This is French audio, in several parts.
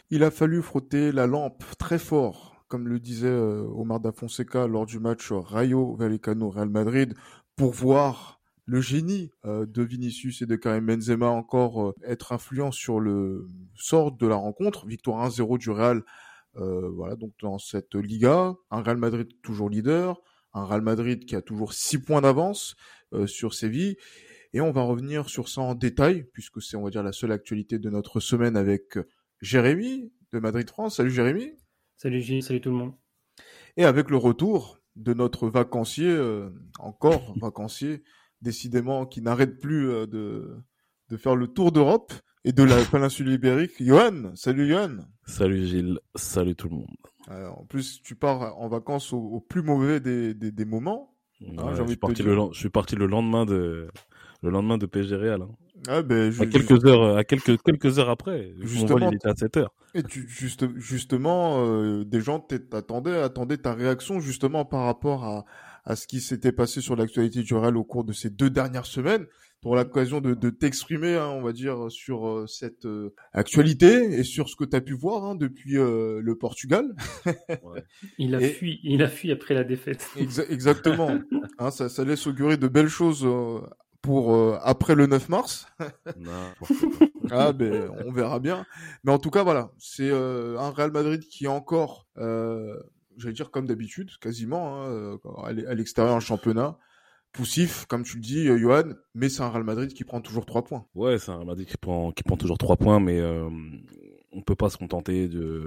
Il a fallu frotter la lampe très fort, comme le disait Omar Da Fonseca lors du match Rayo Vallecano-Real Madrid, pour voir le génie de Vinicius et de Karim Benzema encore être influent sur le sort de la rencontre. Victoire 1-0 du Real, voilà, donc dans cette Liga, un Real Madrid toujours leader, un Real Madrid qui a toujours 6 points d'avance sur Séville. Et on va revenir sur ça en détail, puisque c'est, on va dire, la seule actualité de notre semaine avec Jérémy de Madrid France. Salut Jérémy. Salut Gilles, salut tout le monde. Et avec le retour de notre vacancier, encore vacancier, décidément, qui n'arrête plus de faire le tour d'Europe et de la péninsule ibérique. Johan, salut Johan. Salut Gilles, salut tout le monde. En plus, tu pars en vacances au plus mauvais des moments. Ouais, je suis parti le lendemain de PSG Real. Hein. Ah ben, à quelques heures après. Justement, il était à 7 heures. Et justement, des gens attendaient ta réaction justement par rapport à ce qui s'était passé sur l'actualité du Real au cours de ces 2 dernières semaines. Pour l'occasion de t'exprimer, hein, on va dire, sur cette actualité et sur ce que tu as pu voir depuis le Portugal. Ouais. Il a fui après la défaite. Exactement. Hein, ça laisse augurer de belles choses pour après le 9 mars. Ah ben on verra bien. Mais en tout cas voilà, c'est un Real Madrid qui est encore, j'allais dire comme d'habitude, quasiment à l'extérieur en championnat, poussif comme tu le dis, Johan. Mais c'est un Real Madrid qui prend toujours 3 points. Ouais, c'est un Real Madrid qui prend toujours 3 points, mais on peut pas se contenter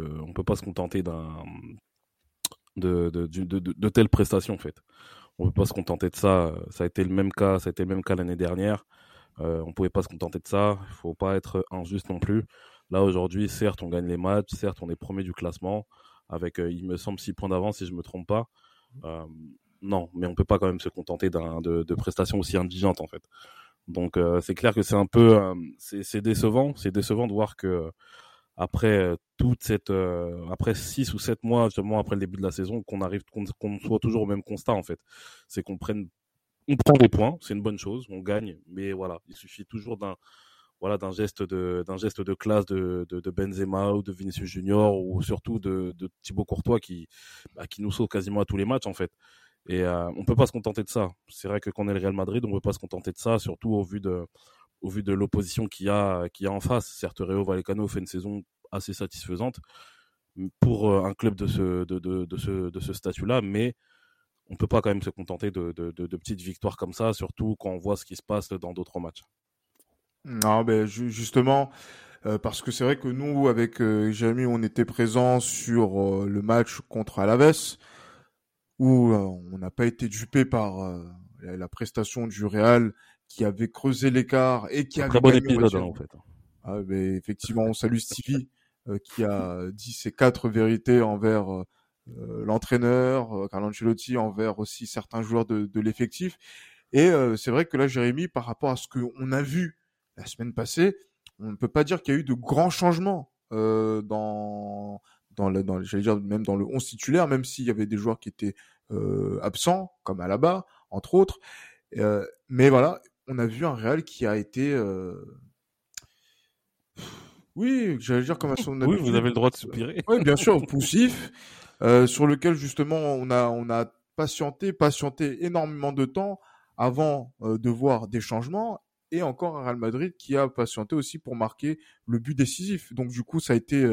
de telles prestations en fait. On peut pas se contenter de ça. Ça a été le même cas l'année dernière. On pouvait pas se contenter de ça. Il faut pas être injuste non plus. Là aujourd'hui, certes, on gagne les matchs, certes, on est premier du classement avec, il me semble, 6 points d'avance si je me trompe pas. Non, mais on peut pas quand même se contenter de prestations aussi indigentes en fait. Donc c'est clair que c'est un peu, c'est décevant de voir que après après 6 ou 7 mois justement après le début de la saison qu'on soit toujours au même constat en fait. C'est on prend des points, c'est une bonne chose, on gagne, mais voilà, il suffit toujours d'un geste de classe de Benzema ou de Vinicius Junior ou surtout de Thibaut Courtois qui nous sauve quasiment à tous les matchs en fait. Et on peut pas se contenter de ça. C'est vrai que quand on est le Real Madrid, on peut pas se contenter de ça, surtout au vu de l'opposition qu'il y a en face. Certes, Rayo Vallecano fait une saison assez satisfaisante pour un club de ce statut-là, mais on peut pas quand même se contenter de petites victoires comme ça, surtout quand on voit ce qui se passe dans d'autres matchs. Non, ben justement, parce que c'est vrai que nous, avec Jérémy, on était présents sur le match contre Alaves, où on n'a pas été dupé par la prestation du Real qui avait creusé l'écart et qui avait gagné. Très bon épisode, en fait. Ah, ben, effectivement, on salue Stevie qui a dit ses 4 vérités envers l'entraîneur, Carlo Ancelotti, envers aussi certains joueurs de l'effectif. Et c'est vrai que là, Jérémy, par rapport à ce qu'on a vu la semaine passée, on ne peut pas dire qu'il y a eu de grands changements j'allais dire même dans le 11 titulaire, même s'il y avait des joueurs qui étaient absents, comme Alaba, entre autres. Mais voilà, on a vu un Real qui a été oui, j'allais dire comme à son habitude. Oui, vous avez le droit de soupirer. Oui, bien sûr, poussif, sur lequel justement on a patienté énormément de temps avant de voir des changements, et encore un Real Madrid qui a patienté aussi pour marquer le but décisif. Donc du coup, ça a été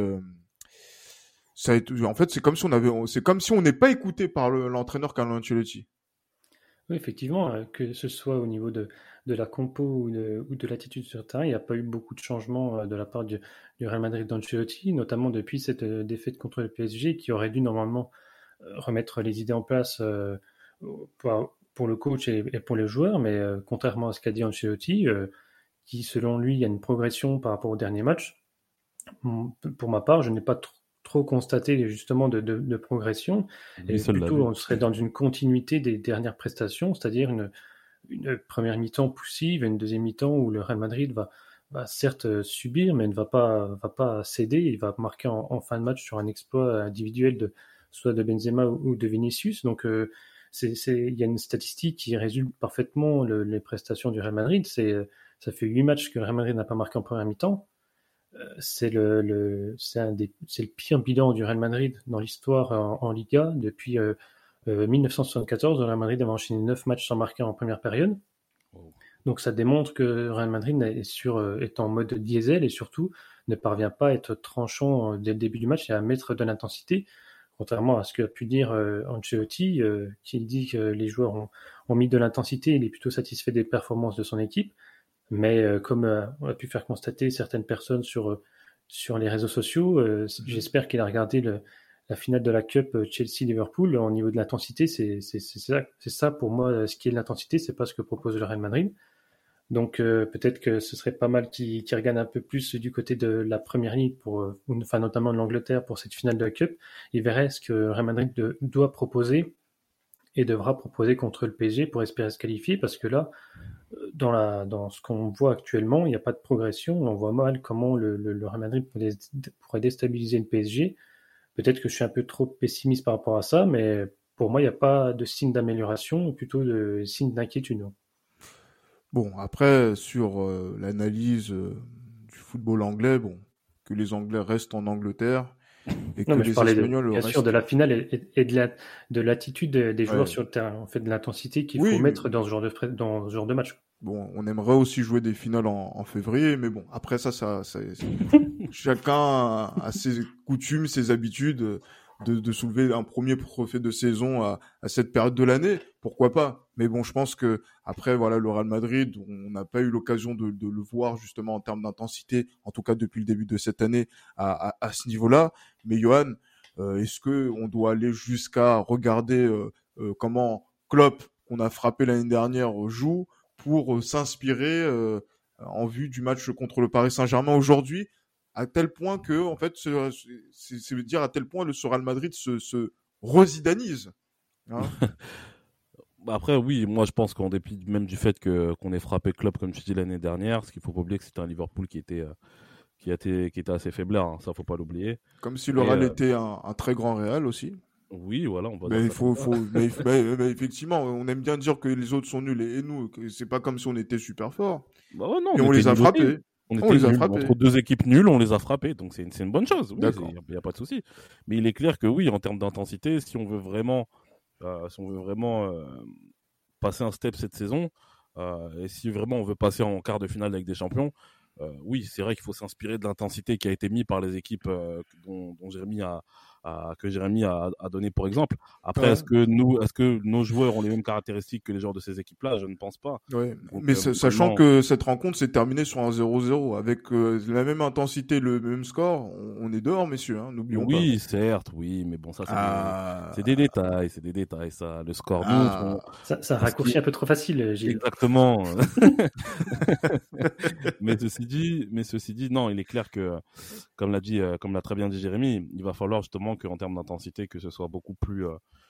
en fait, c'est comme si on n'est pas écouté par l'entraîneur Carlo Ancelotti. Oui, effectivement, que ce soit au niveau de la compo ou de l'attitude sur le terrain, il n'y a pas eu beaucoup de changements de la part du Real Madrid d'Ancelotti, notamment depuis cette défaite contre le PSG, qui aurait dû normalement remettre les idées en place pour le coach et pour les joueurs, mais contrairement à ce qu'a dit Ancelotti, qui selon lui a une progression par rapport au dernier match, pour ma part, je n'ai pas trop constaté justement de progression, et plutôt on serait dans une continuité des dernières prestations, c'est-à-dire une première mi-temps poussive et une deuxième mi-temps où le Real Madrid va certes subir, mais ne va pas céder. Il va marquer en fin de match sur un exploit individuel soit de Benzema ou de Vinicius. Donc il y a une statistique qui résulte parfaitement les prestations du Real Madrid. Ça fait 8 matchs que le Real Madrid n'a pas marqué en première mi-temps. c'est c'est le pire bilan du Real Madrid dans l'histoire en Liga depuis 1974. Le Real Madrid avait enchaîné 9 matchs sans marquer en première période. Donc ça démontre que Real Madrid est en mode diesel et surtout ne parvient pas à être tranchant dès le début du match et à mettre de l'intensité, contrairement à ce qu'a pu dire Ancelotti, qui dit que les joueurs ont mis de l'intensité, il est plutôt satisfait des performances de son équipe. Mais comme on a pu faire constater certaines personnes sur les réseaux sociaux, j'espère qu'il a regardé la finale de la Cup Chelsea-Liverpool. Au niveau de l'intensité, c'est ça pour moi, ce qui est l'intensité, c'est pas ce que propose le Real Madrid. Donc peut-être que ce serait pas mal qu'il regagne un peu plus du côté de la première ligue, enfin notamment de l'Angleterre pour cette finale de la Cup. Il verrait ce que le Real Madrid doit proposer et devra proposer contre le PSG pour espérer se qualifier, parce que là, dans ce qu'on voit actuellement, il n'y a pas de progression. On voit mal comment le Real Madrid pourrait déstabiliser le PSG. Peut-être que je suis un peu trop pessimiste par rapport à ça, mais pour moi, il n'y a pas de signe d'amélioration, plutôt de signe d'inquiétude. Bon, après, sur l'analyse du football anglais, bon, que les Anglais restent en Angleterre et Non, que mais je les parlais Espagnols bien sûr restent... de la finale et de l'attitude des joueurs Ouais. sur le terrain, en fait, de l'intensité qu'il Oui, faut mettre dans ce genre de match. bon, on aimerait aussi jouer des finales en février, mais bon, après chacun a ses coutumes, ses habitudes de soulever un premier trophée de saison à cette période de l'année, pourquoi pas. Mais bon, je pense que après, voilà, le Real Madrid, on n'a pas eu l'occasion de le voir justement en termes d'intensité, en tout cas depuis le début de cette année à ce niveau-là. Mais Johan, est-ce que on doit aller jusqu'à regarder comment Klopp, qu'on a frappé l'année dernière, joue pour s'inspirer en vue du match contre le Paris Saint-Germain aujourd'hui, à tel point que, en fait, c'est dire à tel point le Real Madrid se residanise. Hein. Après, oui, moi je pense qu'en dépit même du fait qu'on ait frappé Klopp, comme tu dis, l'année dernière, ce qu'il faut pas oublier que c'était un Liverpool qui était assez faiblard, hein, ça faut pas l'oublier. Comme si le Real était un très grand Real aussi. Oui, voilà, on va Mais dire ça. mais effectivement, on aime bien dire que les autres sont nuls et nous, que c'est pas comme si on était super forts. Bah ouais, non, Et on les a frappés. On On les était a nuls. frappés. Entre deux équipes nulles, on les a frappés. Donc c'est une bonne chose. Oui, D'accord. il n'y a pas de souci. Mais il est clair que oui, en termes d'intensité, si on veut vraiment, passer un step cette saison, et si vraiment on veut passer en quart de finale avec des champions, oui, c'est vrai qu'il faut s'inspirer de l'intensité qui a été mise par les équipes dont Jérémy a donné pour exemple. Après, Ouais. est-ce que nos joueurs ont les mêmes caractéristiques que les joueurs de ces équipes-là? Je ne pense pas. Ouais. Donc, Mais sachant que cette rencontre s'est terminée sur un 0-0 avec la même intensité, le même score, on est dehors, messieurs. Hein, n'oublions pas. Oui, certes, oui, mais bon, ça c'est des détails, ça. Le score, Ça raccourcit un peu trop facile, Gilles. Exactement. mais ceci dit, non, il est clair que, comme l'a très bien dit Jérémy, il va falloir justement qu'en termes d'intensité, que ce soit beaucoup plus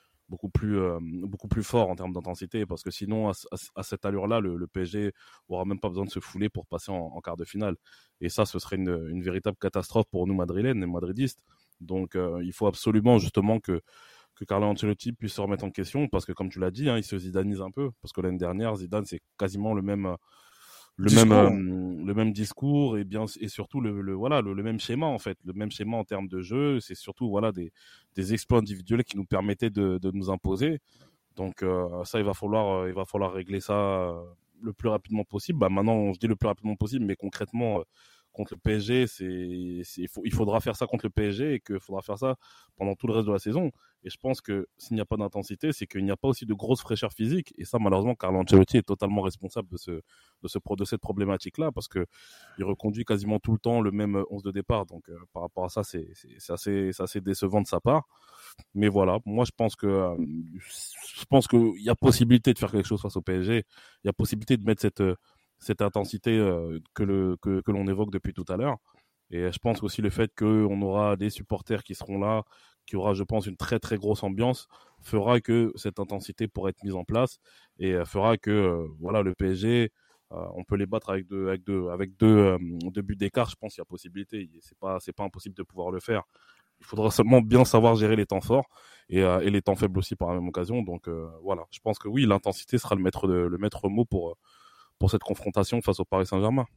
fort en termes d'intensité, parce que sinon, à cette allure-là, le PSG aura même pas besoin de se fouler pour passer en quart de finale. Et ça, ce serait une véritable catastrophe pour nous madrilènes et madridistes. Donc, il faut absolument justement que Carlo Ancelotti puisse se remettre en question, parce que comme tu l'as dit, hein, il se zidanise un peu, parce que l'année dernière, Zidane, c'est quasiment le même discours et surtout le même schéma en fait, le même schéma en termes de jeu. C'est surtout des exploits individuels qui nous permettaient de nous imposer. Donc ça, il va falloir régler ça le plus rapidement possible. Bah maintenant, je dis le plus rapidement possible, mais concrètement, contre le PSG, il faudra faire ça contre le PSG et qu'il faudra faire ça pendant tout le reste de la saison. Et je pense que s'il n'y a pas d'intensité, c'est qu'il n'y a pas aussi de grosse fraîcheur physique. Et ça, malheureusement, Carlo Ancelotti est totalement responsable de cette problématique-là, parce qu'il reconduit quasiment tout le temps le même 11 de départ. Donc par rapport à ça, c'est assez décevant de sa part. Mais voilà, moi je pense qu'il y a possibilité de faire quelque chose face au PSG. Il y a possibilité de mettre cette intensité que l'on évoque depuis tout à l'heure. Et je pense aussi le fait qu'on aura des supporters qui seront là, qui aura, je pense, une très très grosse ambiance, fera que cette intensité pourra être mise en place et fera que le PSG, on peut les battre avec deux buts d'écart. Je pense qu'il y a possibilité. C'est pas impossible de pouvoir le faire. Il faudra seulement bien savoir gérer les temps forts et les temps faibles aussi par la même occasion. Donc voilà, je pense que oui, l'intensité sera le maître mot pour cette confrontation face au Paris Saint-Germain.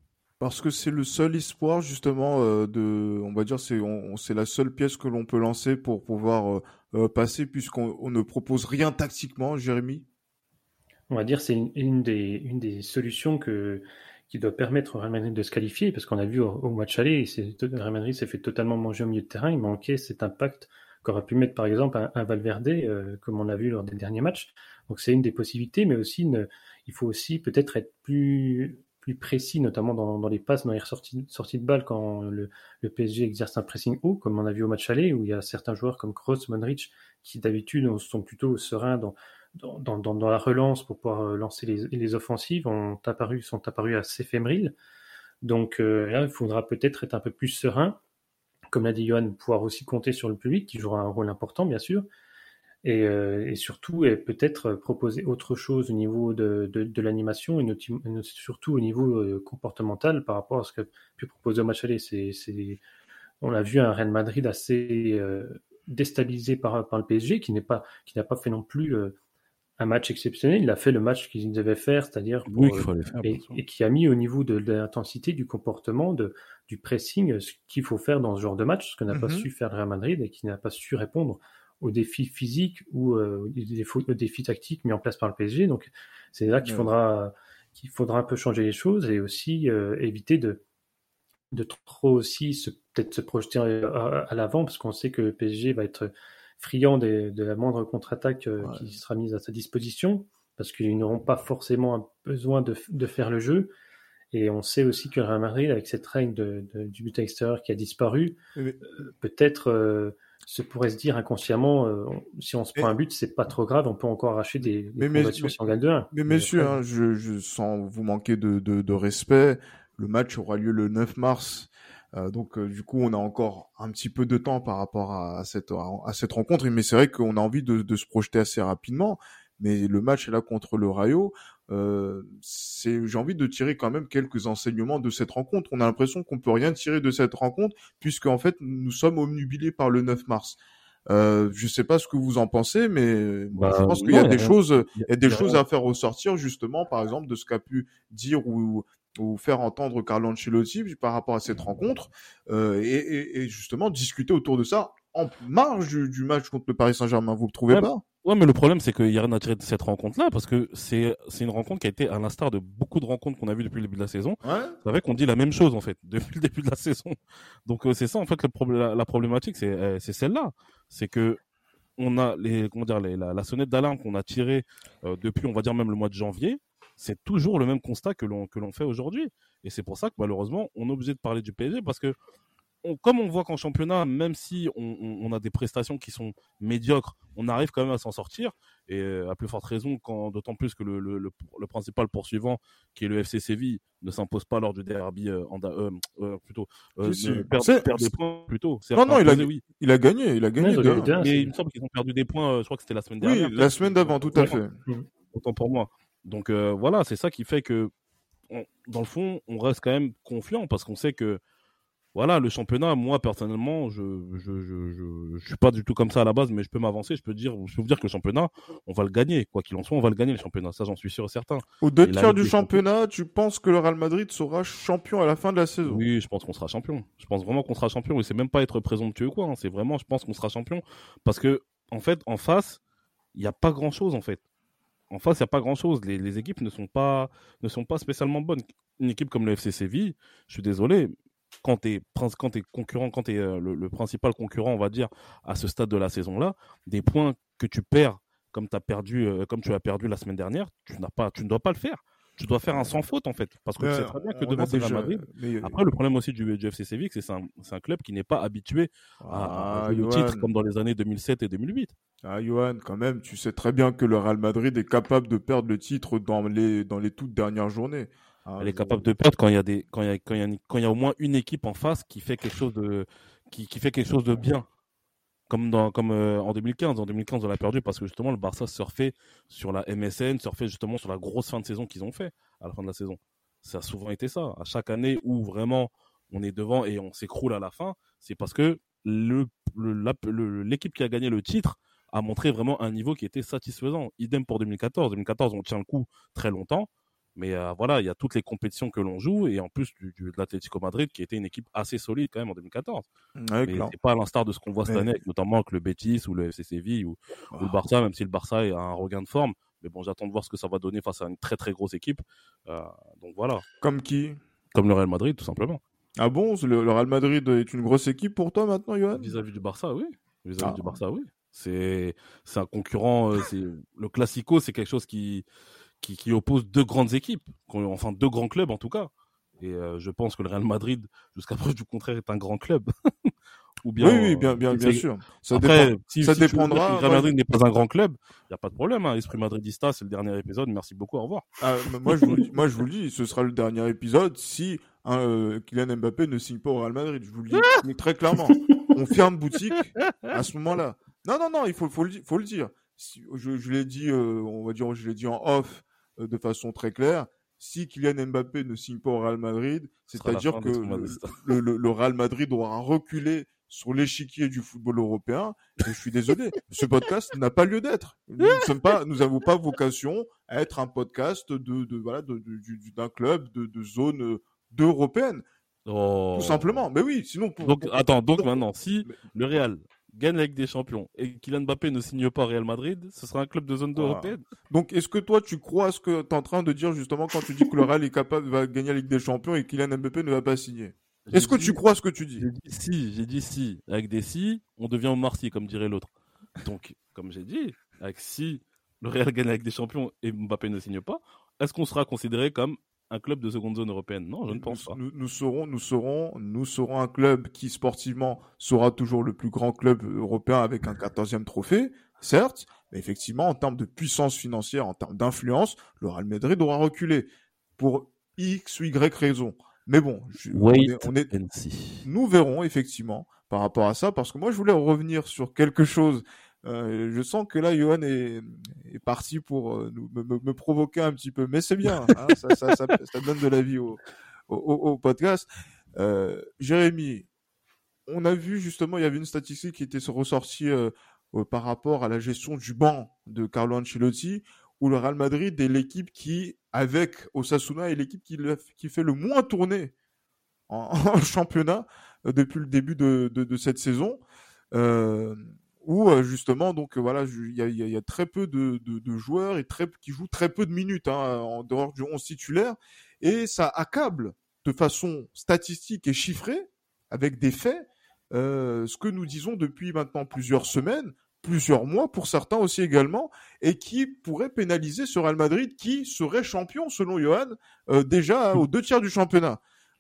Parce que c'est le seul espoir justement on va dire c'est la seule pièce que l'on peut lancer pour pouvoir passer puisqu'on ne propose rien tactiquement, Jérémy. On va dire c'est une des solutions qui doit permettre au Real Madrid de se qualifier, parce qu'on a vu au match aller, le Real Madrid s'est fait totalement manger au milieu de terrain, il manquait cet impact qu'aurait pu mettre par exemple un Valverde, comme on a vu lors des derniers matchs. Donc c'est une des possibilités, mais aussi il faut aussi peut-être être plus précis, notamment dans les passes, dans les sorties de balles, quand le PSG exerce un pressing haut, comme on a vu au match aller, où il y a certains joueurs comme Kroos, Modric, qui d'habitude sont plutôt sereins dans la relance pour pouvoir lancer les offensives, sont apparus assez fébriles. Donc là, il faudra peut-être être un peu plus serein, comme l'a dit Johan, pouvoir aussi compter sur le public, qui jouera un rôle important, bien sûr, et surtout peut-être proposer autre chose au niveau de l'animation, et surtout au niveau comportemental par rapport à ce qu'a pu proposer au match aller. On a vu un Real Madrid assez déstabilisé par le PSG, qui n'a pas fait non plus un match exceptionnel. Il a fait le match qu'il devait faire, c'est-à-dire qu'il fallait faire, et qui a mis au niveau de l'intensité, du comportement, du pressing, ce qu'il faut faire dans ce genre de match, ce que n'a pas su faire le Real Madrid et qui n'a pas su répondre aux défis physiques ou aux défis tactiques mis en place par le PSG. Donc c'est là qu'il faudra un peu changer les choses et aussi éviter de trop aussi peut-être se projeter à l'avant, parce qu'on sait que le PSG va être friand de la moindre contre-attaque qui sera mise à sa disposition, parce qu'ils n'auront pas forcément besoin de faire le jeu. Et on sait aussi que le Real Madrid, avec cette règle du but extérieur qui a disparu, peut-être se pourrait se dire inconsciemment, si on se prend un but, c'est pas trop grave, on peut encore arracher des prolongations si on gagne 2-1. Mais messieurs, je sens vous manquer de respect. Le match aura lieu le 9 mars. Donc du coup, on a encore un petit peu de temps par rapport à cette rencontre. Mais c'est vrai qu'on a envie de se projeter assez rapidement. Mais le match est là contre le Rayo. J'ai envie de tirer quand même quelques enseignements de cette rencontre. On a l'impression qu'on peut rien tirer de cette rencontre puisque en fait nous sommes obnubilés par le 9 mars. Je sais pas ce que vous en pensez, mais je pense qu'il y a des choses, à faire ressortir justement, par exemple, de ce qu'a pu dire ou faire entendre Carlo Ancelotti par rapport à cette rencontre, et justement discuter autour de ça en marge du match contre le Paris Saint-Germain. Vous le trouvez pas? Ouais, mais le problème, c'est qu'il n'y a rien à tirer de cette rencontre-là, parce que c'est une rencontre qui a été, à l'instar de beaucoup de rencontres qu'on a vues depuis le début de la saison, c'est vrai qu'on dit la même chose, en fait, depuis le début de la saison. Donc, c'est ça, en fait, la problématique, c'est celle-là. C'est que on a la sonnette d'alarme qu'on a tirée depuis, on va dire, même le mois de janvier. C'est toujours le même constat que l'on fait aujourd'hui. Et c'est pour ça que, malheureusement, on est obligé de parler du PSG, parce que comme on voit qu'en championnat, même si on a des prestations qui sont médiocres, on arrive quand même à s'en sortir. Et à plus forte raison, d'autant plus que le principal poursuivant, qui est le FC Séville, ne s'impose pas lors du derby plutôt. Perd des points plutôt. Non, il a gagné. Mais il me semble qu'ils ont perdu des points, je crois que c'était la semaine dernière. Oui, la semaine d'avant, tout à fait. Autant pour moi. Donc voilà, c'est ça qui fait que, dans le fond, on reste quand même confiant, parce qu'on sait que voilà, le championnat, moi personnellement, je suis pas du tout comme ça à la base, mais je peux m'avancer, je peux vous dire que le championnat, on va le gagner, quoi qu'il en soit, on va le gagner le championnat, ça j'en suis sûr et certain. Au 2/3 du championnat, tu penses que le Real Madrid sera champion à la fin de la saison? Oui, je pense qu'on sera champion. Je pense vraiment qu'on sera champion, et c'est même pas être présomptueux quoi, c'est vraiment, je pense qu'on sera champion, parce que en fait, en face, il y a pas grand chose en fait. En face, il n'y a pas grand-chose. Les équipes ne sont pas spécialement bonnes. Une équipe comme le FC Séville, je suis désolé, quand tu es concurrent, quand tu es le principal concurrent, on va dire, à ce stade de la saison-là, des points que tu perds comme tu as perdu la semaine dernière, tu ne dois pas le faire. Tu dois faire un sans faute, en fait. Parce que tu sais très bien que devant, c'est Real Madrid. Après, le problème aussi du FC Séville, c'est un club qui n'est pas habitué à jouer le titre comme dans les années 2007 et 2008. Ah, Johan, quand même, tu sais très bien que le Real Madrid est capable de perdre le titre dans les toutes dernières journées. Elle est capable de perdre quand il y a au moins une équipe en face qui fait quelque chose de bien. Comme en 2015. En 2015, on l'a perdu parce que justement, le Barça surfait sur la MSN, surfait justement sur la grosse fin de saison qu'ils ont fait à la fin de la saison. Ça a souvent été ça. À chaque année où vraiment on est devant et on s'écroule à la fin, c'est parce que l'équipe qui a gagné le titre a montré vraiment un niveau qui était satisfaisant. Idem pour 2014. 2014, on tient le coup très longtemps. Mais voilà, il y a toutes les compétitions que l'on joue et en plus de l'Atlético Madrid qui était une équipe assez solide quand même en 2014. Ouais, Mais clair. c'est pas à l'instar de ce qu'on voit cette Mais- année, notamment avec le Betis ou le FC Séville ou le Barça, même si le Barça a un regain de forme. Mais bon, j'attends de voir ce que ça va donner face à une très très grosse équipe. Donc voilà, Comme qui? comme le Real Madrid tout simplement. Ah bon, le Real Madrid est une grosse équipe pour toi maintenant, Johan? Vis-à-vis du Barça, oui. Vis-à-vis Ah. du Barça, oui. C'est un concurrent. Le Classico, c'est quelque chose qui oppose deux grandes équipes, enfin deux grands clubs en tout cas. Et je pense que le Real Madrid, jusqu'à preuve du contraire, est un grand club. Ou bien, Oui, bien sûr. Après, si ça tu veux dire dépendra. que le Real Madrid n'est pas un grand club, il n'y a pas de problème. Hein. Esprit madridista, c'est le dernier épisode. Merci beaucoup, au revoir. Moi, je vous le dis, ce sera le dernier épisode si Kylian Mbappé ne signe pas au Real Madrid. Je vous le dis mais très clairement. On ferme boutique à ce moment-là. Non, il faut le dire. Je l'ai dit, on va dire, je l'ai dit en off de façon très claire. Si Kylian Mbappé ne signe pas au Real Madrid, c'est-à-dire que le Real Madrid aura reculé sur l'échiquier du football européen. Et je suis désolé, ce podcast n'a pas lieu d'être. Nous n'avons pas vocation à être un podcast d'un club de zone européenne. Oh. Tout simplement. Mais oui, sinon. Donc maintenant, si le Real gagne la Ligue des Champions et Kylian Mbappé ne signe pas au Real Madrid, ce sera un club de zone 2 européenne. Donc, est-ce que toi, tu crois à ce que tu es en train de dire justement quand tu dis que le Real va gagner la Ligue des Champions et Kylian Mbappé ne va pas signer? Est-ce que tu crois à ce que tu dis? J'ai dit si. Avec des si, on devient Omar Sy, comme dirait l'autre. Donc, comme j'ai dit, avec si le Real gagne la Ligue des Champions et Mbappé ne signe pas, est-ce qu'on sera considéré comme un club de seconde zone européenne? Non, je ne pense pas. Nous serons un club qui sportivement sera toujours le plus grand club européen avec un 14e trophée, certes, mais effectivement en termes de puissance financière, en termes d'influence, le Real Madrid aura reculé pour X ou Y raison. Mais bon, nous verrons effectivement par rapport à ça, parce que moi je voulais revenir sur quelque chose. Je sens que là, Johan est parti pour me provoquer un petit peu, mais c'est bien, hein, ça donne de la vie au podcast. Jérémy, on a vu justement, il y avait une statistique qui était ressortie par rapport à la gestion du banc de Carlo Ancelotti, où le Real Madrid est l'équipe qui, avec Osasuna, est l'équipe qui fait le moins tourner en championnat depuis le début de cette saison. Où justement, donc voilà, il y a très peu de joueurs qui jouent très peu de minutes en dehors du 11 titulaire, et ça accable de façon statistique et chiffrée, avec des faits, ce que nous disons depuis maintenant plusieurs semaines, plusieurs mois pour certains aussi également, et qui pourrait pénaliser ce Real Madrid qui serait champion selon Johan déjà aux 2/3 du championnat.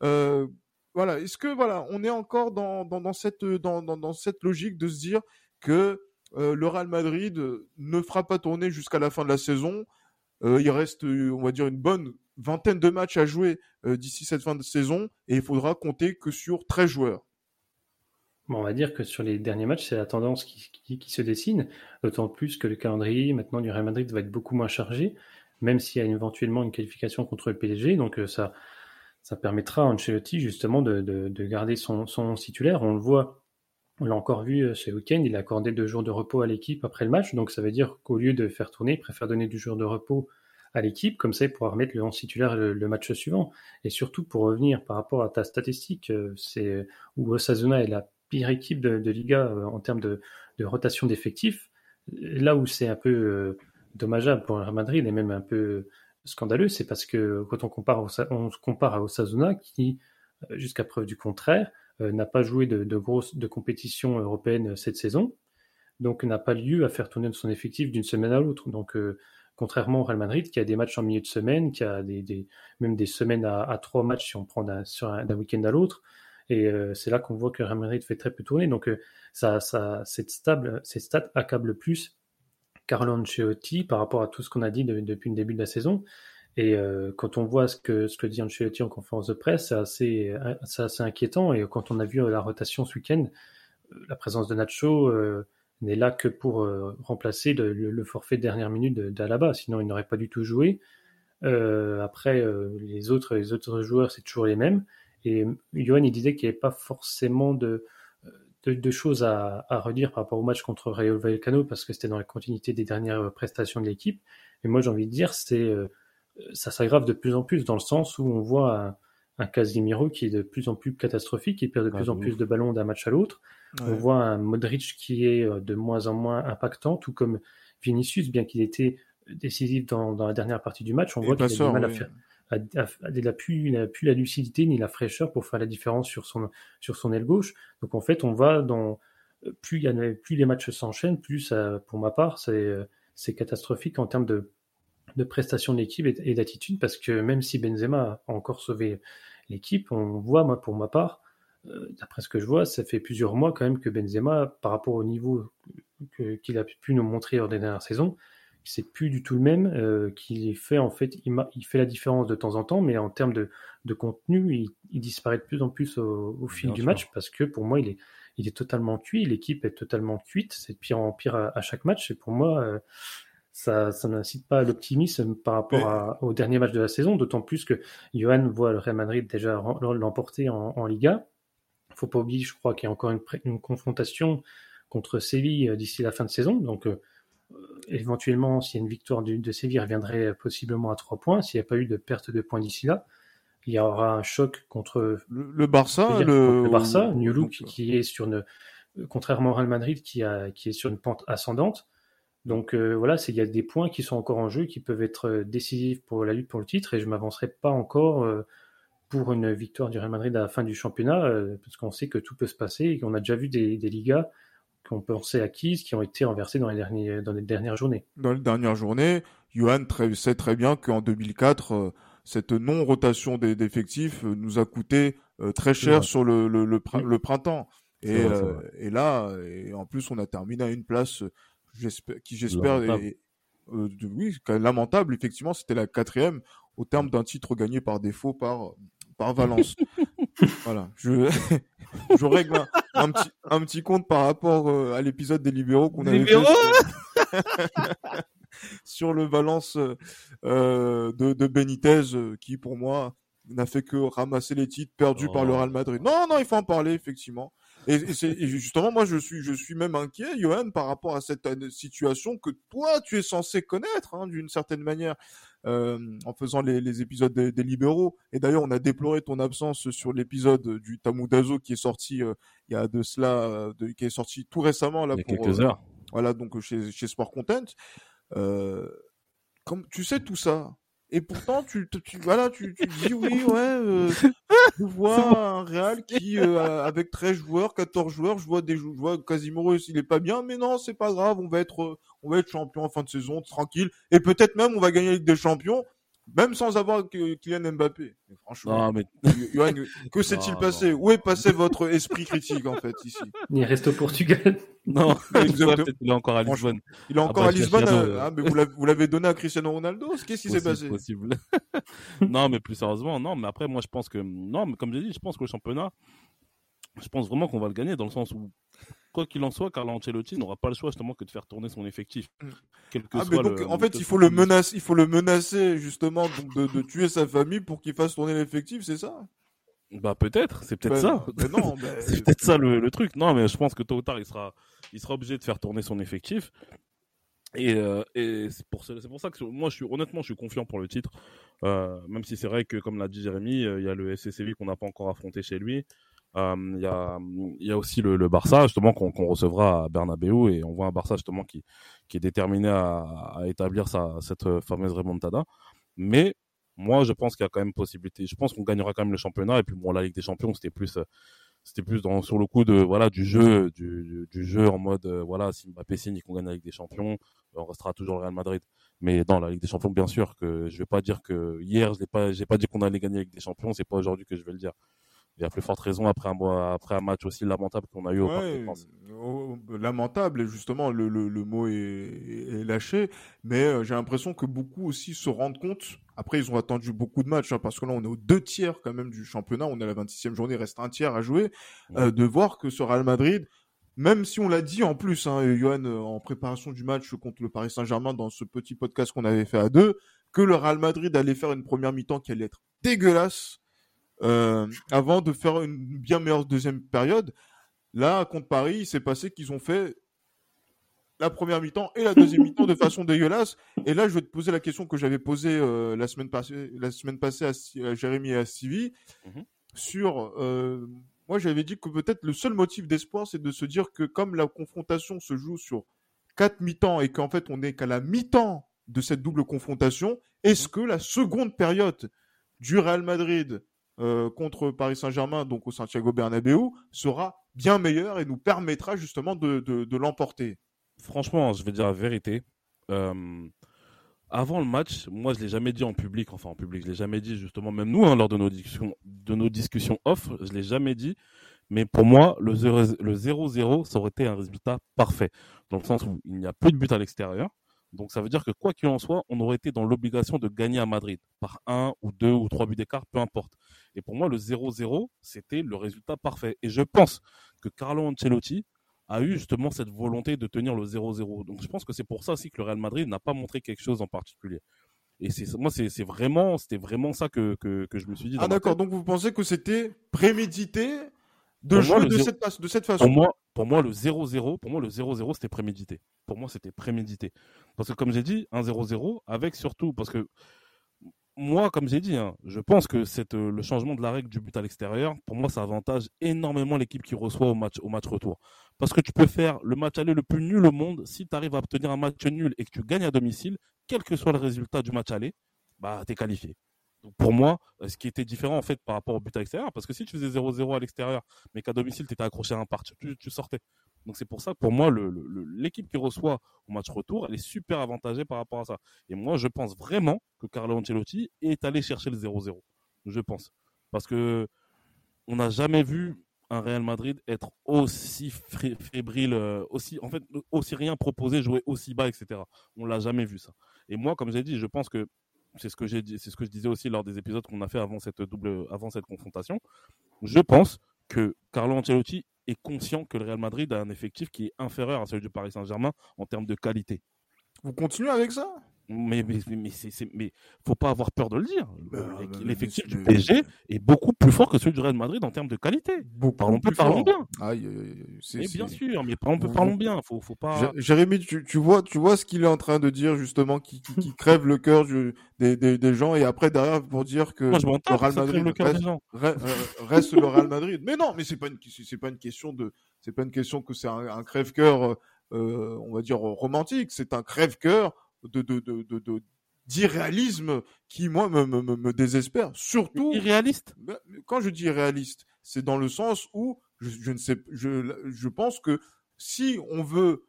Voilà, est-ce que on est encore dans cette logique de se dire que le Real Madrid ne fera pas tourner jusqu'à la fin de la saison. Il reste, on va dire, une bonne vingtaine de matchs à jouer d'ici cette fin de saison, et il faudra compter que sur 13 joueurs. Bon, on va dire que sur les derniers matchs, c'est la tendance qui se dessine, d'autant plus que le calendrier maintenant du Real Madrid va être beaucoup moins chargé, même s'il y a éventuellement une qualification contre le PSG. Donc ça permettra à Ancelotti justement de garder son titulaire. On le voit. On l'a encore vu ce week-end, il a accordé 2 jours de repos à l'équipe après le match, donc ça veut dire qu'au lieu de faire tourner, il préfère donner 2 jours de repos à l'équipe, comme ça il pourra remettre le 11 titulaire le match suivant. Et surtout, pour revenir par rapport à ta statistique, c'est où Osasuna est la pire équipe de Liga en termes de rotation d'effectifs, là où c'est un peu dommageable pour le Real Madrid et même un peu scandaleux, c'est parce que quand on compare à Osasuna qui, jusqu'à preuve du contraire, n'a pas joué de compétition européenne cette saison, donc n'a pas lieu à faire tourner son effectif d'une semaine à l'autre. Donc, contrairement au Real Madrid, qui a des matchs en milieu de semaine, qui a même des semaines à 3 matchs si on prend d'un week-end à l'autre, et c'est là qu'on voit que le Real Madrid fait très peu tourner. Donc, cette stat accable plus Carlo Ancelotti par rapport à tout ce qu'on a dit depuis le début de la saison. Et quand on voit ce que dit Ancelotti en conférence de presse, c'est assez inquiétant. Et quand on a vu la rotation ce week-end, la présence de Nacho n'est là que pour remplacer le forfait de dernière minute d'Alaba. Sinon, il n'aurait pas du tout joué. Après, les autres joueurs, c'est toujours les mêmes. Et Johan, il disait qu'il n'y avait pas forcément de choses à redire par rapport au match contre Rayo Vallecano parce que c'était dans la continuité des dernières prestations de l'équipe. Et moi, j'ai envie de dire, c'est ça s'aggrave de plus en plus dans le sens où on voit un Casemiro qui est de plus en plus catastrophique, qui perd de plus en plus de ballons d'un match à l'autre. Ouais. On voit un Modric qui est de moins en moins impactant, tout comme Vinicius, bien qu'il était décisif dans la dernière partie du match. On voit qu'il a du mal à faire. Il n'a plus la lucidité ni la fraîcheur pour faire la différence sur son aile gauche. Donc en fait, on va plus les matchs s'enchaînent, plus pour ma part, c'est catastrophique en termes de prestations de l'équipe et d'attitude, parce que même si Benzema a encore sauvé l'équipe, on voit, moi, pour ma part, d'après ce que je vois, ça fait plusieurs mois quand même que Benzema, par rapport au niveau qu'il a pu nous montrer lors des dernières saisons, c'est plus du tout le même, qu'il fait en fait, il fait la différence de temps en temps, mais en termes de contenu, il disparaît de plus en plus au fil du match, parce que pour moi, il est totalement cuit, l'équipe est totalement cuite, c'est de pire en pire à chaque match, et pour moi, ça n'incite pas à l'optimisme par rapport au dernier match de la saison, d'autant plus que Johan voit le Real Madrid déjà l'emporter en Liga. Il ne faut pas oublier, je crois, qu'il y a encore une confrontation contre Séville d'ici la fin de saison, donc éventuellement, s'il y a une victoire de Séville, il reviendrait possiblement à 3 points. S'il n'y a pas eu de perte de points d'ici là, il y aura un choc contre le Barça, le Barça, New Look, qui est contrairement au Real Madrid, qui est sur une pente ascendante. Donc voilà, il y a des points qui sont encore en jeu, qui peuvent être décisifs pour la lutte pour le titre, et je ne m'avancerai pas encore pour une victoire du Real Madrid à la fin du championnat, parce qu'on sait que tout peut se passer, et qu'on a déjà vu des Ligas qu'on pensait acquises, qui ont été renversées dans les dernières journées. Dans les dernières journées, Johan sait très bien qu'en 2004, cette non-rotation d'effectifs nous a coûté très cher sur le printemps. Et là, en plus, on a terminé à une place j'espère lamentable. Effectivement, c'était la 4e au terme d'un titre gagné par défaut par Valence. Voilà, je règle un petit compte par rapport à l'épisode des libéraux qu'on avait fait sur le Valence de Benitez, qui pour moi n'a fait que ramasser les titres perdus par le Real Madrid. Non, il faut en parler, effectivement. Et justement, moi, je suis même inquiet, Johan, par rapport à cette situation que toi, tu es censé connaître, hein, d'une certaine manière, en faisant les épisodes des libéraux. Et d'ailleurs, on a déploré ton absence sur l'épisode du Tamudazo qui est sorti il y a de cela, qui est sorti tout récemment là, il y a quelques heures. Voilà, donc chez Sport Content. Comme tu sais tout ça. Et pourtant, tu dis oui, je vois un Real qui, avec 13 joueurs, 14 joueurs, je vois Casemiro, il est pas bien, mais non, c'est pas grave, on va être champion en fin de saison, tranquille. Et peut-être même, on va gagner la Ligue des Champions, même sans avoir Kylian Mbappé. Mais franchement, Johan, que s'est-il passé? Où est passé votre esprit critique, en fait, ici? Il reste au Portugal. Non, peut-être il est encore à Lisbonne. Il est encore à Lisbonne, mais vous l'avez donné à Cristiano Ronaldo? Qu'est-ce qui s'est passé? Possible. Non, mais plus sérieusement, non, mais après, moi, je pense que, non, mais comme j'ai dit, je pense que le championnat, je pense vraiment qu'on va le gagner dans le sens où, quoi qu'il en soit, Carlo Ancelotti n'aura pas le choix justement que de faire tourner son effectif. En fait, il faut le menacer justement de tuer sa famille pour qu'il fasse tourner l'effectif, c'est ça? Bah peut-être, c'est peut-être ça. C'est peut-être ça le truc. Non, mais je pense que tôt ou tard, il sera obligé de faire tourner son effectif. Et c'est pour ça que moi, honnêtement, je suis confiant pour le titre. Même si c'est vrai que, comme l'a dit Jérémy, il y a le FC Séville qu'on n'a pas encore affronté chez lui. Il y a aussi le Barça justement qu'on recevra à Bernabéu, et on voit un Barça justement qui est déterminé à établir cette fameuse remontada. Mais moi je pense qu'il y a quand même possibilité. Je pense qu'on gagnera quand même le championnat, et puis bon, la Ligue des Champions c'était plus sur le coup de du jeu en mode si Mbappé signe et qu'on gagne la Ligue des Champions, on restera toujours le Real Madrid. Mais dans la Ligue des Champions, bien sûr que je vais pas dire que hier j'ai pas dit qu'on allait gagner la Ligue des Champions, c'est pas aujourd'hui que je vais le dire. Il y a plus forte raison après un match aussi lamentable qu'on a eu au Parc des Princes. Lamentable, et justement le mot est lâché, mais j'ai l'impression que beaucoup aussi se rendent compte. Après, ils ont attendu beaucoup de matchs, hein, parce que là on est aux 2 tiers quand même du championnat, on est à la 26e journée, il reste un tiers à jouer, de voir que ce Real Madrid, même si on l'a dit en plus, hein, Johan, en préparation du match contre le Paris Saint-Germain, dans ce petit podcast qu'on avait fait à 2, que le Real Madrid allait faire une première mi-temps qui allait être dégueulasse, avant de faire une bien meilleure deuxième période. Là, contre Paris, il s'est passé qu'ils ont fait la première mi-temps et la deuxième mi-temps de façon dégueulasse. Et là, je vais te poser la question que j'avais posée la semaine passée à Jérémy et à Stevie sur. Moi, j'avais dit que peut-être le seul motif d'espoir, c'est de se dire que comme la confrontation se joue sur 4 mi-temps et qu'en fait, on n'est qu'à la mi-temps de cette double confrontation, est-ce que la seconde période du Real Madrid contre Paris Saint-Germain, donc au Santiago Bernabéu, sera bien meilleure et nous permettra justement de l'emporter? Franchement, je vais dire la vérité. Avant le match, moi je l'ai jamais dit en public, je l'ai jamais dit justement, même nous, lors de nos discussions off, je l'ai jamais dit. Mais pour moi, le 0-0, ça aurait été un résultat parfait. Dans le sens où il n'y a plus de but à l'extérieur. Donc ça veut dire que quoi qu'il en soit, on aurait été dans l'obligation de gagner à Madrid. Par 1 ou 2 ou 3 buts d'écart, peu importe. Et pour moi, le 0-0, c'était le résultat parfait. Et je pense que Carlo Ancelotti a eu justement cette volonté de tenir le 0-0. Donc je pense que c'est pour ça aussi que le Real Madrid n'a pas montré quelque chose en particulier. Et c'était vraiment ça que je me suis dit. Ah d'accord, donc vous pensez que c'était prémédité de jouer de cette façon? Pour moi, le 0-0, c'était prémédité. Pour moi, c'était prémédité. Parce que comme j'ai dit, un 0-0, avec surtout, parce que moi, comme j'ai dit, je pense que le changement de la règle du but à l'extérieur, pour moi, ça avantage énormément l'équipe qui reçoit au match retour. Parce que tu peux faire le match aller le plus nul au monde, si tu arrives à obtenir un match nul et que tu gagnes à domicile, quel que soit le résultat du match aller, bah, tu es qualifié. Donc pour moi, ce qui était différent en fait par rapport au but à l'extérieur, parce que si tu faisais 0-0 à l'extérieur, mais qu'à domicile, tu étais accroché à un parti, tu sortais. Donc c'est pour ça que pour moi, l'équipe qui reçoit au match retour, elle est super avantagée par rapport à ça. Et moi, je pense vraiment que Carlo Ancelotti est allé chercher le 0-0. Je pense. Parce que on n'a jamais vu un Real Madrid être aussi fébrile, aussi rien proposé, jouer aussi bas, etc. On l'a jamais vu ça. Et moi, comme j'ai dit, je pense que c'est ce que je disais aussi lors des épisodes qu'on a fait avant cette confrontation. Je pense que Carlo Ancelotti est conscient que le Real Madrid a un effectif qui est inférieur à celui du Paris Saint-Germain en termes de qualité. Vous continuez avec ça? Mais faut pas avoir peur de le dire. L'effectif du PSG est beaucoup plus fort que celui du Real Madrid en termes de qualité. Parlons bien. Bien sûr, mais parlons bien. Faut pas. Jérémy, tu vois ce qu'il est en train de dire justement, qui crève le cœur des gens, et après derrière pour dire que le Real Madrid reste le Real Madrid. Mais non, mais c'est pas une question que c'est un crève-cœur, on va dire romantique. C'est un crève-cœur d'irréalisme qui, moi, me désespère. Surtout. Irréaliste? Quand je dis irréaliste, c'est dans le sens où je pense que si on veut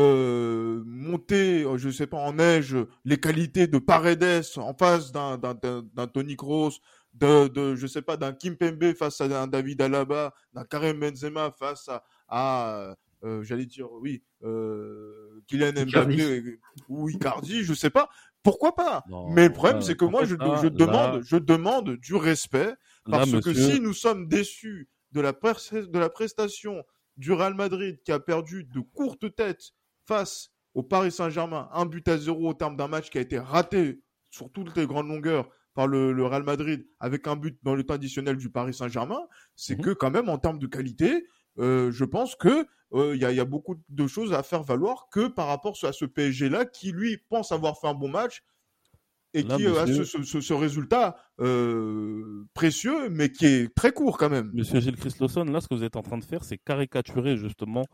monter, je sais pas, en neige, les qualités de Paredes en face d'un Toni Kroos, je sais pas, d'un Kimpembe face à un David Alaba, d'un Karim Benzema face à j'allais dire, oui, Kylian Mbappé ou Icardi, je sais pas. Pourquoi pas? Non, mais le problème, c'est que moi, je demande du respect, parce que si nous sommes déçus de la prestation du Real Madrid, qui a perdu de courte tête face au Paris Saint-Germain, 1-0 au terme d'un match qui a été raté sur toutes les grandes longueurs par le Real Madrid, avec un but dans le temps additionnel du Paris Saint-Germain, c'est que quand même, en termes de qualité, je pense que y a beaucoup de choses à faire valoir que par rapport à ce PSG-là, qui lui pense avoir fait un bon match et là, qui a ce résultat précieux, mais qui est très court quand même. Monsieur Gilles Christopson, là, ce que vous êtes en train de faire, c'est caricaturer justement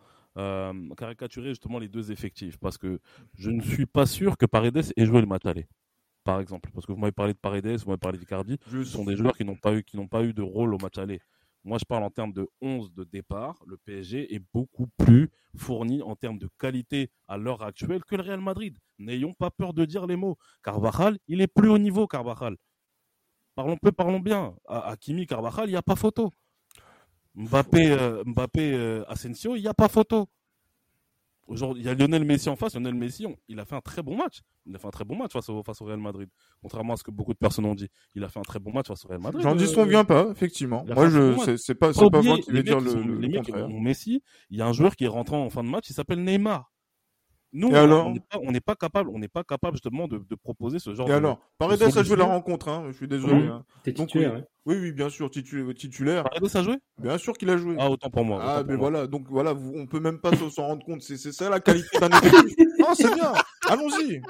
les deux effectifs, parce que je ne suis pas sûr que Paredes ait joué le match aller, par exemple, parce que vous m'avez parlé de Paredes, vous m'avez parlé d'Icardi, ce sont des joueurs qui n'ont pas eu de rôle au match aller. Moi, je parle en termes de 11 de départ. Le PSG est beaucoup plus fourni en termes de qualité à l'heure actuelle que le Real Madrid. N'ayons pas peur de dire les mots. Carvajal, il est plus haut niveau, Carvajal. Parlons bien. Hakimi, Carvajal, il n'y a pas photo. Mbappé, Asensio, il n'y a pas photo. Aujourd'hui, il y a Lionel Messi en face. Lionel Messi, il a fait un très bon match. Il a fait un très bon match face au Real Madrid. Contrairement à ce que beaucoup de personnes ont dit. Il a fait un très bon match face au Real Madrid. J'en disconviens pas, effectivement. Moi, c'est pas moi qui vais dire le contraire. Messi, il y a un joueur qui est rentré en fin de match, il s'appelle Neymar. Nous, Et alors on n'est pas capable justement de proposer ce genre Et alors Paredes a joué la rencontre, hein. Je suis désolé. Hein. T'es Donc titulaire, oui, bien sûr, titulaire. Paredes a joué? Bien sûr qu'il a joué. Ah, autant pour moi. Ah, mais voilà, donc voilà, on peut même pas s'en rendre compte. C'est ça la qualité d'un effectif. Non, c'est bien. Allons-y.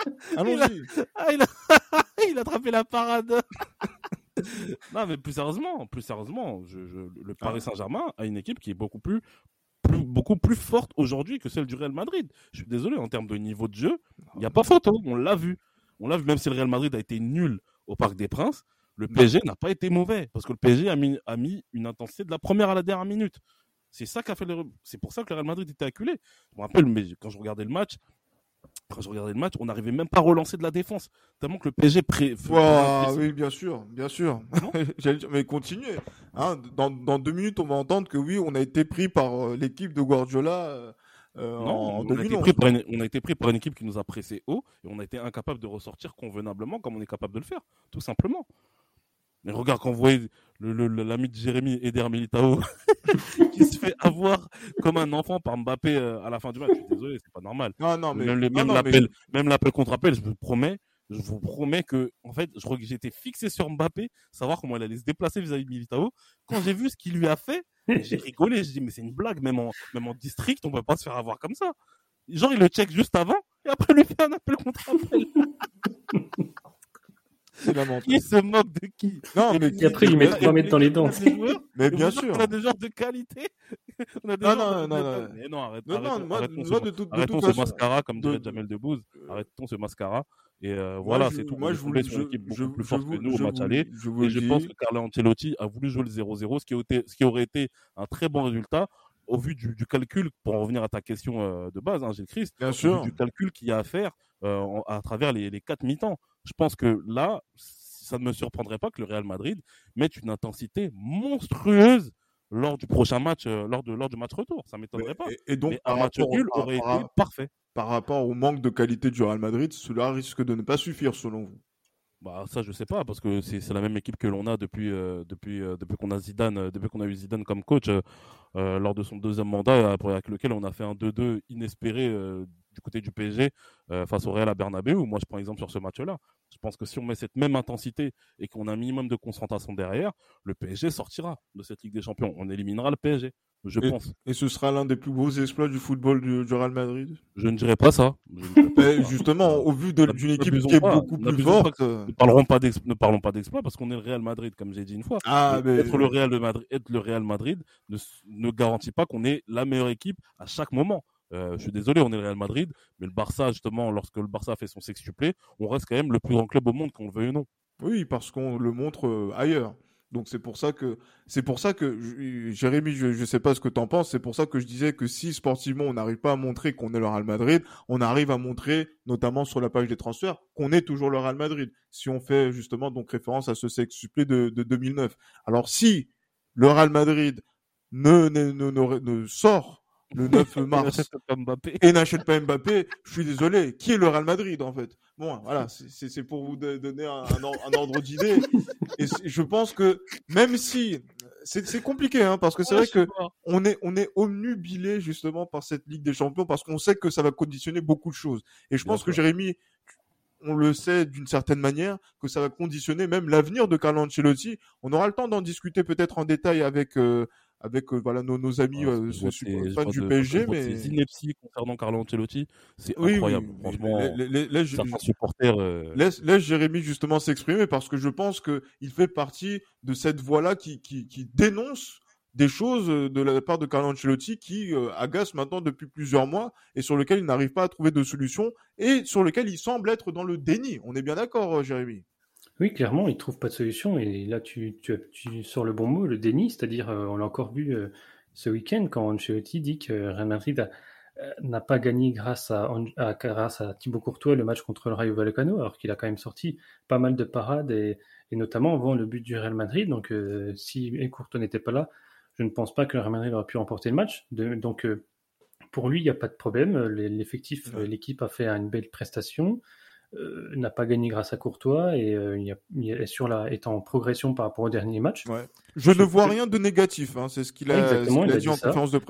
Il a attrapé la parade. Non, mais plus sérieusement, le Paris Saint-Germain a une équipe qui est beaucoup plus forte aujourd'hui que celle du Real Madrid. Je suis désolé, en termes de niveau de jeu, il n'y a pas photo. On l'a vu, même si le Real Madrid a été nul au Parc des Princes, le PSG n'a pas été mauvais parce que le PSG a mis une intensité de la première à la dernière minute. C'est pour ça que le Real Madrid était acculé. Je me rappelle, mais quand je regardais le match, on n'arrivait même pas à relancer de la défense. Tellement que le PSG oui, bien sûr. J'allais dire, mais continuez. Hein, dans 2 minutes, on va entendre que oui, on a été pris par l'équipe de Guardiola en 2011. On a été pris par une équipe qui nous a pressé haut et on a été incapable de ressortir convenablement comme on est capable de le faire, tout simplement. Mais regarde, quand vous voyez l'ami de Jérémy, Eder Militao, qui se fait avoir comme un enfant par Mbappé à la fin du match, je suis désolé, c'est pas normal. Non, mais même l'appel contre appel, je vous promets que, en fait, j'étais fixé sur Mbappé, savoir comment il allait se déplacer vis-à-vis de Militao. Quand j'ai vu ce qu'il lui a fait, j'ai rigolé, j'ai dit, mais c'est une blague, même en district, on peut pas se faire avoir comme ça. Genre, il le check juste avant, et après, il lui fait un appel contre appel. C'est lamentable. Qui se moque de qui? Non, mais et après, il met 3 mètres dans les dents. Mais bien sûr. On a des joueurs de qualité. Non. Mais non, arrêtons ce mascara, comme dirait Jamel Debbouze. Arrêtons ce mascara. Et voilà, c'est tout. Moi, je voulais sur une équipe beaucoup plus forte que nous au match aller. Et je pense que Carlo Ancelotti a voulu jouer le 0-0, ce qui aurait été un très bon résultat au vu du calcul, pour en revenir à ta question de base, hein, Gilles Christ, bien sûr, du calcul qu'il y a à faire à travers les 4 mi-temps. Je pense que là, ça ne me surprendrait pas que le Real Madrid mette une intensité monstrueuse lors du prochain match, lors du match retour. Ça ne m'étonnerait pas. Et donc, un match nul aurait été parfait. Par rapport au manque de qualité du Real Madrid, cela risque de ne pas suffire selon vous? Bah ça je sais pas parce que c'est la même équipe que l'on a depuis qu'on a Zidane, depuis qu'on a eu Zidane comme coach lors de son deuxième mandat avec lequel on a fait un 2-2 inespéré du côté du PSG face au Real à Bernabéu. Moi je prends exemple sur ce match-là. Je pense que si on met cette même intensité et qu'on a un minimum de concentration derrière, le PSG sortira de cette Ligue des Champions. On éliminera le PSG. Je pense. Et ce sera l'un des plus beaux exploits du football du Real Madrid? Je ne dirais pas ça. Justement, au vu d'une équipe qui est beaucoup plus forte. Ne parlons pas d'exploit parce qu'on est le Real Madrid, comme j'ai dit une fois. Être le Real Madrid ne garantit pas qu'on est la meilleure équipe à chaque moment. Je suis désolé, on est le Real Madrid, mais le Barça, justement, lorsque le Barça fait son sextuplé, on reste quand même le plus grand club au monde, qu'on le veuille ou non. Oui, parce qu'on le montre ailleurs. Donc c'est pour ça que Jérémy, je sais pas ce que t'en penses, c'est pour ça que je disais que si sportivement on n'arrive pas à montrer qu'on est le Real Madrid, on arrive à montrer, notamment sur la page des transferts, qu'on est toujours le Real Madrid. Si on fait justement donc référence à ce sextuplé de 2009. Alors si le Real Madrid ne sort le 9 mars et n'achète pas Mbappé, je suis désolé. Qui est le Real Madrid en fait? Bon, voilà, c'est pour vous donner un ordre d'idée. Et je pense que même si c'est compliqué, hein, parce que c'est vrai que on est omnubilé justement par cette Ligue des Champions parce qu'on sait que ça va conditionner beaucoup de choses. Et je pense que Jérémy, on le sait d'une certaine manière, que ça va conditionner même l'avenir de Carlo Ancelotti. On aura le temps d'en discuter peut-être en détail avec voilà nos amis fans du PSG, mais ces inepties concernant Carlo Ancelotti, c'est incroyable. Franchement, certains supporters laisse Jérémy justement s'exprimer parce que je pense que il fait partie de cette voix-là qui dénonce des choses de la part de Carlo Ancelotti qui agacent maintenant depuis plusieurs mois et sur lequel il n'arrive pas à trouver de solution et sur lequel il semble être dans le déni. On est bien d'accord, Jérémy? Oui, clairement, il ne trouve pas de solution. Et là, tu sors le bon mot, le déni. C'est-à-dire, on l'a encore vu ce week-end quand Ancelotti dit que Real Madrid n'a pas gagné grâce à Thibaut Courtois le match contre le Rayo Vallecano, alors qu'il a quand même sorti pas mal de parades et notamment avant le but du Real Madrid. Donc, si Courtois n'était pas là, je ne pense pas que le Real Madrid aurait pu remporter le match. Donc, pour lui, il n'y a pas de problème. L'effectif, l'équipe a fait une belle prestation. N'a pas gagné grâce à Courtois et est en progression par rapport au dernier match. Ouais. Je ne vois rien de négatif, hein, c'est ce qu'il a dit en conférence de presse.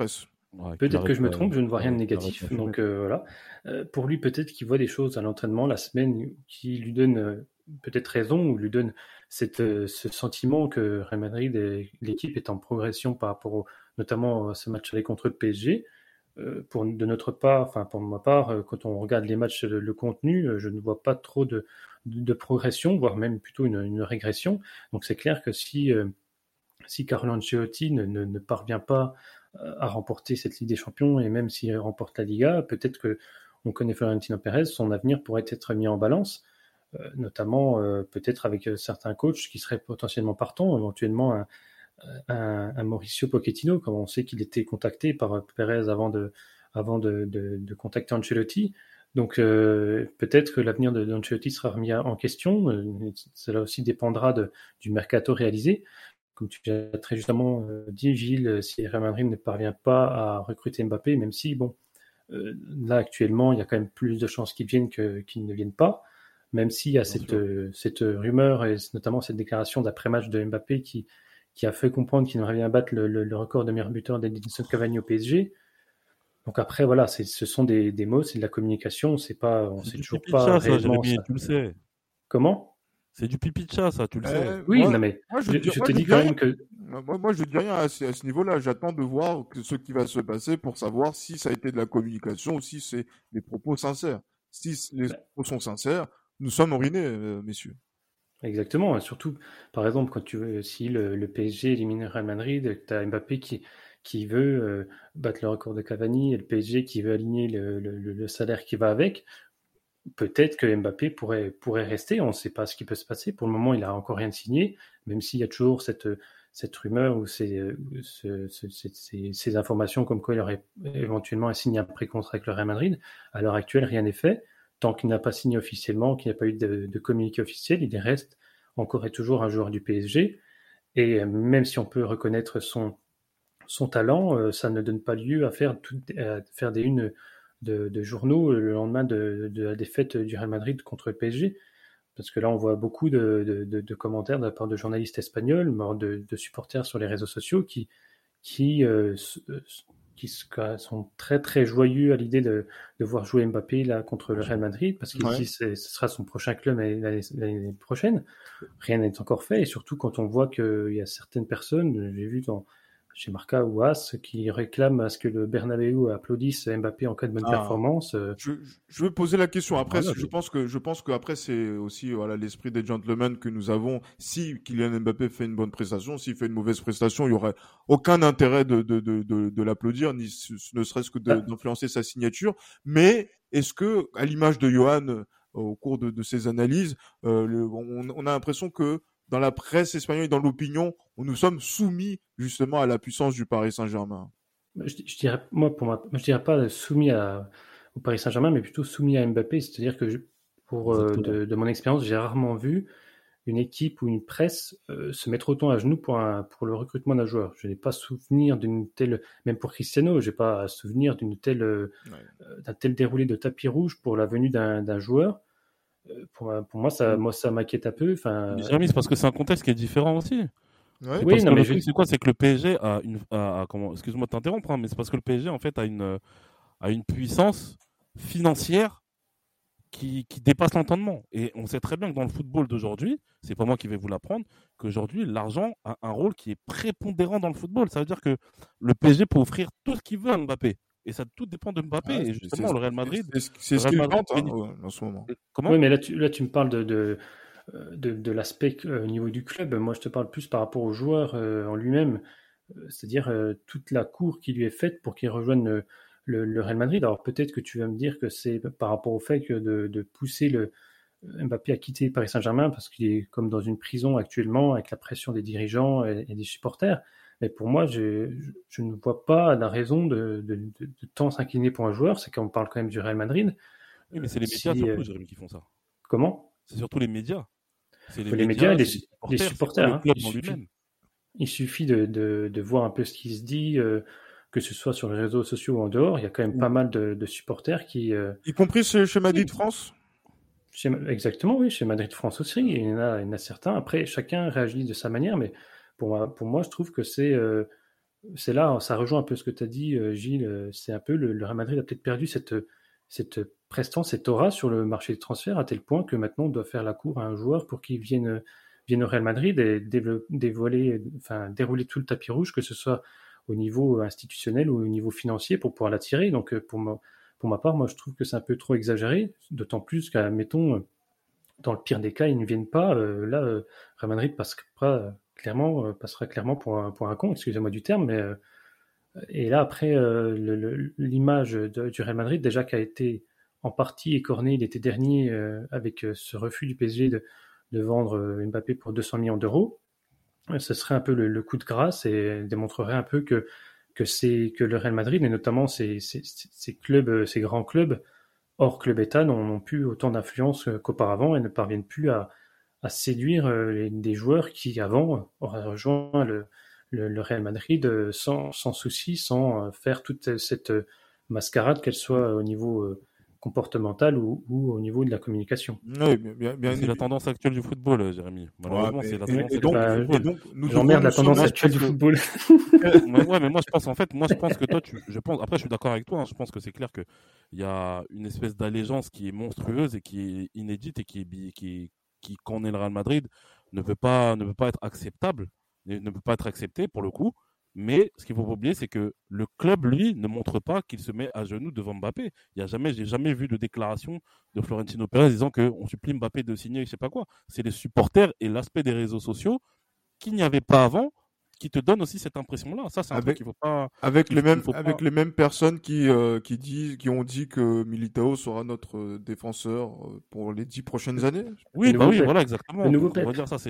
Ouais, Peut-être que je me trompe, je ne vois rien de négatif. Donc voilà. Pour lui, peut-être qu'il voit des choses à l'entraînement la semaine qui lui donnent peut-être raison ou lui donne ce sentiment que Real Madrid et l'équipe est en progression par rapport notamment à ce match aller contre le PSG. De notre part, enfin pour ma part, quand on regarde les matchs, le contenu, je ne vois pas trop de progression, voire même plutôt une régression. Donc c'est clair que si Carlo Ancelotti ne parvient pas à remporter cette Ligue des Champions, et même s'il remporte la Liga, peut-être que on connaît Florentino Pérez, son avenir pourrait être mis en balance, notamment peut-être avec certains coachs qui seraient potentiellement partants, éventuellement un Mauricio Pochettino, comme on sait qu'il était contacté par Pérez avant de contacter Ancelotti. Donc peut-être que l'avenir d'Ancelotti sera remis en question. Cela aussi dépendra du mercato réalisé. Comme tu l'as très justement dit, Gilles, si Real Madrid ne parvient pas à recruter Mbappé, même si, bon, là actuellement, il y a quand même plus de chances qu'il vienne qu'il ne vienne pas, même s'il y a cette rumeur et notamment cette déclaration d'après-match de Mbappé qui a fait comprendre qu'il aimerait bien battre le record de meilleur buteur d'Edinson Cavani au PSG. Donc après, voilà, ce sont des mots, c'est de la communication, on sait toujours pas réellement ça. Tu le sais. Comment ? C'est du pipi de chat, ça, tu le sais. Oui, non mais je te dis quand même que... Moi, je dis rien à ce niveau-là. J'attends de voir ce qui va se passer pour savoir si ça a été de la communication ou si c'est des propos sincères. Si les propos sont sincères, nous sommes ruinés, messieurs. Exactement, et surtout, par exemple, si le PSG élimine Real Madrid, tu as Mbappé qui veut battre le record de Cavani et le PSG qui veut aligner le salaire qui va avec, peut-être que Mbappé pourrait rester, on ne sait pas ce qui peut se passer. Pour le moment, il n'a encore rien signé, même s'il y a toujours cette rumeur ou ces informations comme quoi il aurait éventuellement signé un pré-contrat avec le Real Madrid. À l'heure actuelle, rien n'est fait. Tant qu'il n'a pas signé officiellement, qu'il n'y a pas eu de communiqué officiel, il reste encore et toujours un joueur du PSG. Et même si on peut reconnaître son talent, ça ne donne pas lieu à faire des unes de journaux le lendemain de la défaite du Real Madrid contre le PSG. Parce que là, on voit beaucoup de commentaires de la part de journalistes espagnols, de supporters sur les réseaux sociaux qui sont très très joyeux à l'idée de voir jouer Mbappé là contre le Real Madrid parce qu'ils disent que ce sera son prochain club l'année prochaine. Rien n'est encore fait et surtout quand on voit qu'il y a certaines personnes, j'ai vu chez Marca ou As, qui réclament à ce que le Bernabéu applaudisse Mbappé en cas de bonne performance. Je veux poser la question. Après, je pense que après c'est aussi l'esprit des gentlemen que nous avons. Si Kylian Mbappé fait une bonne prestation, s'il fait une mauvaise prestation, il y aurait aucun intérêt de l'applaudir, ni ne serait-ce que d'influencer sa signature. Mais est-ce que, à l'image de Johan au cours de ses analyses, on a l'impression que dans la presse espagnole et dans l'opinion, nous sommes soumis justement à la puissance du Paris Saint-Germain. Je dirais pas soumis au Paris Saint-Germain, mais plutôt soumis à Mbappé. C'est-à-dire que de mon expérience, j'ai rarement vu une équipe ou une presse se mettre autant à genoux pour le recrutement d'un joueur. Je n'ai pas souvenir d'une telle, même pour Cristiano, j'ai pas souvenir d'un tel déroulé de tapis rouge pour la venue d'un joueur. Pour moi, ça m'inquiète un peu. Jérémy, c'est parce que c'est un contexte qui est différent aussi. Ouais. Oui, non, mais le truc, c'est quoi? C'est que le PSG excuse-moi de t'interrompre, mais c'est parce que le PSG, en fait, a une puissance financière qui dépasse l'entendement. Et on sait très bien que dans le football d'aujourd'hui, c'est pas moi qui vais vous l'apprendre, qu'aujourd'hui, l'argent a un rôle qui est prépondérant dans le football. Ça veut dire que le PSG peut offrir tout ce qu'il veut à Mbappé. Et ça, tout dépend de Mbappé. Et justement, le Real Madrid. C'est ce qu'il vante en ce moment. Comment ? Oui, mais là, tu me parles de l'aspect au niveau du club. Moi, je te parle plus par rapport au joueur en lui-même. C'est-à-dire toute la cour qui lui est faite pour qu'il rejoigne le Real Madrid. Alors peut-être que tu vas me dire que c'est par rapport au fait que de pousser Mbappé à quitter Paris Saint-Germain parce qu'il est comme dans une prison actuellement avec la pression des dirigeants et des supporters. Mais pour moi, je ne vois pas la raison de tant s'incliner pour un joueur. C'est qu'on parle quand même du Real Madrid. Oui, mais c'est les médias surtout, Jérémy, qui font ça. Comment ? C'est surtout les médias. C'est les médias et les supporters. Le club en lui-même. Il suffit de voir un peu ce qui se dit, que ce soit sur les réseaux sociaux ou en dehors. Il y a quand même pas mal de supporters qui... Y compris chez Madrid France ? Exactement, oui, chez Madrid France aussi. Il y en a certains. Après, chacun réagit de sa manière, mais pour moi, je trouve que c'est c'est là, ça rejoint un peu ce que tu as dit, Gilles. C'est un peu le Real Madrid a peut-être perdu cette prestance, cette aura sur le marché des transferts, à tel point que maintenant on doit faire la cour à un joueur pour qu'il vienne au Real Madrid et dérouler tout le tapis rouge, que ce soit au niveau institutionnel ou au niveau financier, pour pouvoir l'attirer. Donc pour ma part, moi je trouve que c'est un peu trop exagéré, d'autant plus qu'à, mettons, dans le pire des cas, ils ne viennent pas. Real Madrid passera clairement pour un con, excusez-moi du terme, mais et là, après, l'image du Real Madrid, déjà qui a été en partie écornée, il était dernier avec ce refus du PSG de vendre Mbappé pour 200 millions d'euros. Ce serait un peu le coup de grâce et démontrerait un peu que le Real Madrid, et notamment ces clubs, ces grands clubs, hors club État, n'ont plus autant d'influence qu'auparavant et ne parviennent plus à séduire des joueurs qui, avant, auraient rejoint le Real Madrid sans souci, sans faire toute cette mascarade, qu'elle soit au niveau comportemental ou au niveau de la communication. Oui, bien C'est la tendance actuelle du football, Jérémy. Ouais, Malheureusement, c'est la mais, tendance et actuelle donc, du Bah, et football. donc, nous J'emmerde la tendance moi, je actuelle pense du que football. Ouais, mais moi, je pense, en fait, moi, je pense que toi, je pense, après, je suis d'accord avec toi, hein, je pense que c'est clair qu'il y a une espèce d'allégeance qui est monstrueuse et qui est inédite et qui, quand on est le Real Madrid, ne peut pas être acceptable, ne peut pas être accepté pour le coup. Mais ce qu'il faut pas oublier, c'est que le club, lui, ne montre pas qu'il se met à genoux devant Mbappé. J'ai jamais vu de déclaration de Florentino Pérez disant qu'on supplie Mbappé de signer, je sais pas quoi. C'est les supporters et l'aspect des réseaux sociaux qu'il n'y avait pas avant qui te donne aussi cette impression-là. Ça, c'est un truc avec, qu'il faut pas, avec les mêmes, qu'il faut pas. avec les mêmes personnes qui ont dit que Militao sera notre défenseur pour les 10 prochaines années. Le Oui, bah nouveau oui, Pep. voilà, Le exactement. nouveau Donc, on va Pep. dire ça,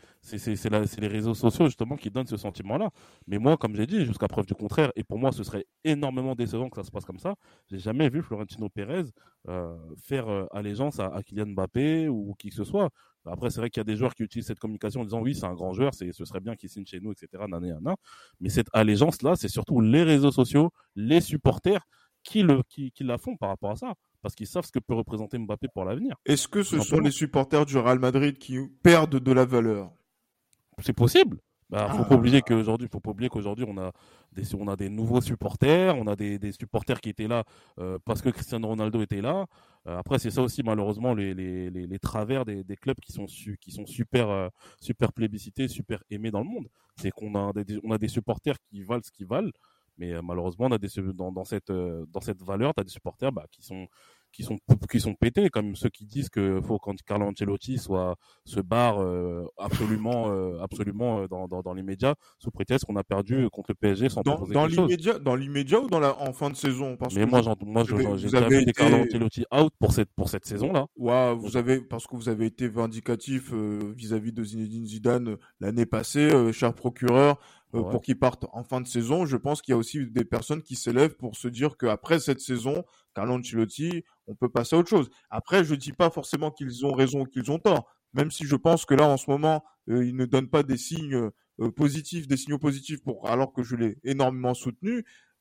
c'est les réseaux sociaux justement qui donnent ce sentiment-là. Mais moi, comme j'ai dit, jusqu'à preuve du contraire, et pour moi, ce serait énormément décevant que ça se passe comme ça. J'ai jamais vu Florentino Pérez faire allégeance à Kylian Mbappé ou qui que ce soit. Après, c'est vrai qu'il y a des joueurs qui utilisent cette communication en disant oui, c'est un grand joueur, ce serait bien qu'il signe chez nous, etc. Nané, nana. Mais cette allégeance-là, c'est surtout les réseaux sociaux, les supporters qui la font par rapport à ça. Parce qu'ils savent ce que peut représenter Mbappé pour l'avenir. Est-ce que Tout ce sont les simplement. supporters du Real Madrid qui perdent de la valeur? C'est possible. Bah, Ah, faut pas oublier qu'aujourd'hui on a des nouveaux supporters, on a des supporters qui étaient là parce que Cristiano Ronaldo était là. Après, c'est ça aussi malheureusement les travers des clubs qui sont super plébiscités, super aimés dans le monde. C'est qu'on a on a des supporters qui valent ce qu'ils valent, mais malheureusement on a dans cette valeur, tu as des supporters qui sont qui sont pétés, comme ceux qui disent que faut quand Carlo Ancelotti se barre absolument dans les médias sous prétexte qu'on a perdu contre le PSG sans proposer quelque chose. dans l'immédiat ou en fin de saison? Parce Mais que j'ai vous déjà avez vu des Carlo été, Ancelotti out pour cette saison-là. ouais, Donc, parce que vous avez été vindicatif vis-à-vis de Zinedine Zidane l'année passée, cher procureur, ouais. pour qu'il parte en fin de saison. Je pense qu'il y a aussi des personnes qui s'élèvent pour se dire qu'après cette saison, Carlo Ancelotti, on peut passer à autre chose. Après, je dis pas forcément qu'ils ont raison ou qu'ils ont tort, même si je pense que là, en ce moment, ils ne donnent pas des signes positifs, des signaux positifs alors que je l'ai énormément soutenu.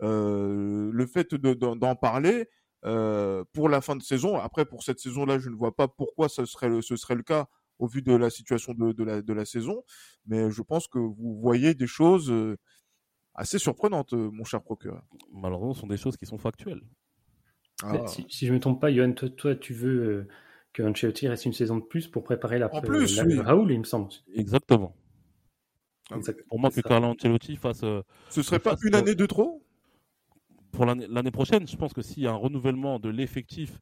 Le fait d'en parler pour la fin de saison. Après, pour cette saison-là, je ne vois pas pourquoi ce serait le cas au vu de la situation de la saison. Mais je pense que vous voyez des choses assez surprenantes, mon cher procureur. Malheureusement, ce sont des choses qui sont factuelles. Ah. Si je ne me trompe pas, Johan, toi, tu veux que Ancelotti reste une saison de plus pour préparer En plus, le oui. Raoul, il me semble. Exactement. Ah, Exact, Pour moi, c'est que ça. Carlo Ancelotti ce le serait pas fasse une année de trop? pour l'année prochaine. Je pense que s'il y a un renouvellement de l'effectif,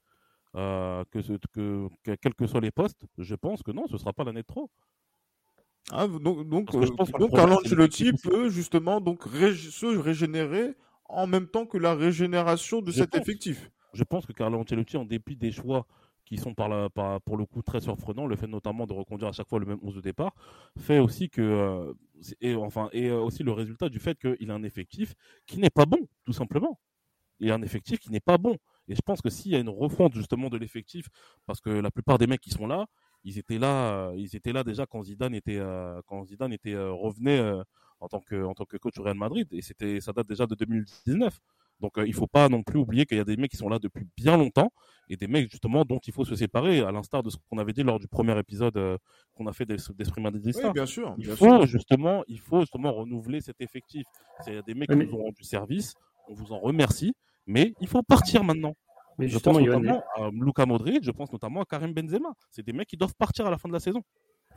quels que soient les postes, je pense que non, ce sera pas l'année de trop. Ah, Parce que je pense que le donc problème, Carlo c'est l'effectif Ancelotti aussi. peut justement se régénérer en même temps que la régénération de Je cet pense. effectif. Je pense que Carlo Ancelotti, en dépit des choix qui sont pour le coup très surprenants, le fait notamment de reconduire à chaque fois le même 11 de départ, fait aussi que aussi le résultat du fait qu'il a un effectif qui n'est pas bon, tout simplement. Il a un effectif qui n'est pas bon. Et je pense que s'il y a une refonte justement de l'effectif, parce que la plupart des mecs qui sont là, ils étaient là déjà quand Zidane était revenait en tant que coach au Real Madrid, et ça date déjà de 2019. Donc il faut pas non plus oublier qu'il y a des mecs qui sont là depuis bien longtemps et des mecs justement dont il faut se séparer, à l'instar de ce qu'on avait dit lors du premier épisode qu'on a fait d'Esprit Madridista. Oui, bien sûr. Il faut justement renouveler cet effectif. Il y a des mecs qui nous ont rendu service, on vous en remercie, mais il faut partir maintenant. Mais je pense notamment à Luka Modric, je pense notamment à Karim Benzema. C'est des mecs qui doivent partir à la fin de la saison.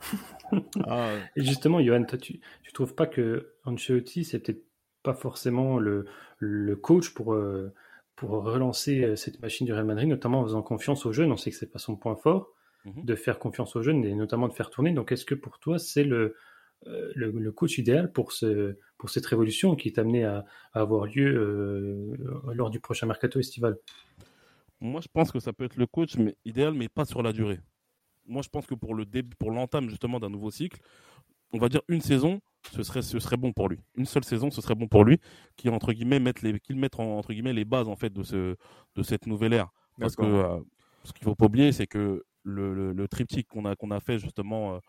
Et justement, Johan, toi, tu trouves pas que Ancelotti, c'est peut-être pas forcément le coach pour relancer cette machine du Real Madrid, notamment en faisant confiance aux jeunes? On sait que c'est pas son point fort, de faire confiance aux jeunes et notamment de faire tourner. Donc, est-ce que pour toi, c'est le coach idéal pour cette révolution qui est amenée à avoir lieu lors du prochain mercato estival? Moi, je pense que ça peut être le coach idéal, mais pas sur la durée. Moi, je pense que pour l'entame justement d'un nouveau cycle, on va dire une saison, ce serait bon pour lui. Une seule saison, ce serait bon pour lui, qu'il mette entre guillemets les bases en fait de cette nouvelle ère. Parce que ce qu'il faut pas oublier, c'est que le triptyque qu'on a fait justement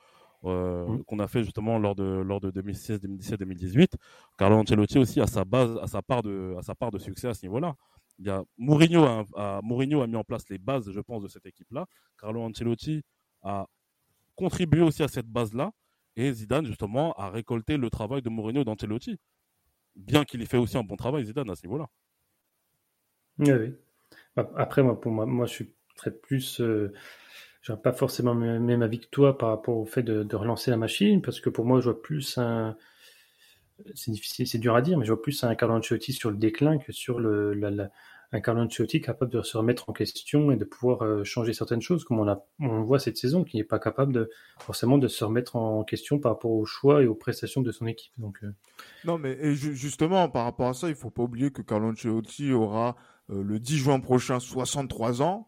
lors de 2016, 2017, 2018, Carlo Ancelotti aussi a sa part de succès à ce niveau-là. Il y a Mourinho a mis en place les bases, je pense, de cette équipe-là. Carlo Ancelotti a contribué aussi à cette base-là. Et Zidane, justement, a récolté le travail de Mourinho et d'Ancelotti. Bien qu'il ait fait aussi un bon travail, Zidane, à ce niveau-là. Oui. Après, moi, je suis très plus... je n'ai pas forcément même avis que toi par rapport au fait de relancer la machine, parce que pour moi, je vois plus c'est difficile, c'est dur à dire, mais je vois plus un Carlo Ancelotti sur le déclin que sur un Carlo Ancelotti capable de se remettre en question et de pouvoir changer certaines choses, comme on voit cette saison, qui n'est pas capable forcément de se remettre en question par rapport aux choix et aux prestations de son équipe. Donc, Non, mais justement, par rapport à ça, il ne faut pas oublier que Carlo Ancelotti aura le 10 juin prochain 63 ans.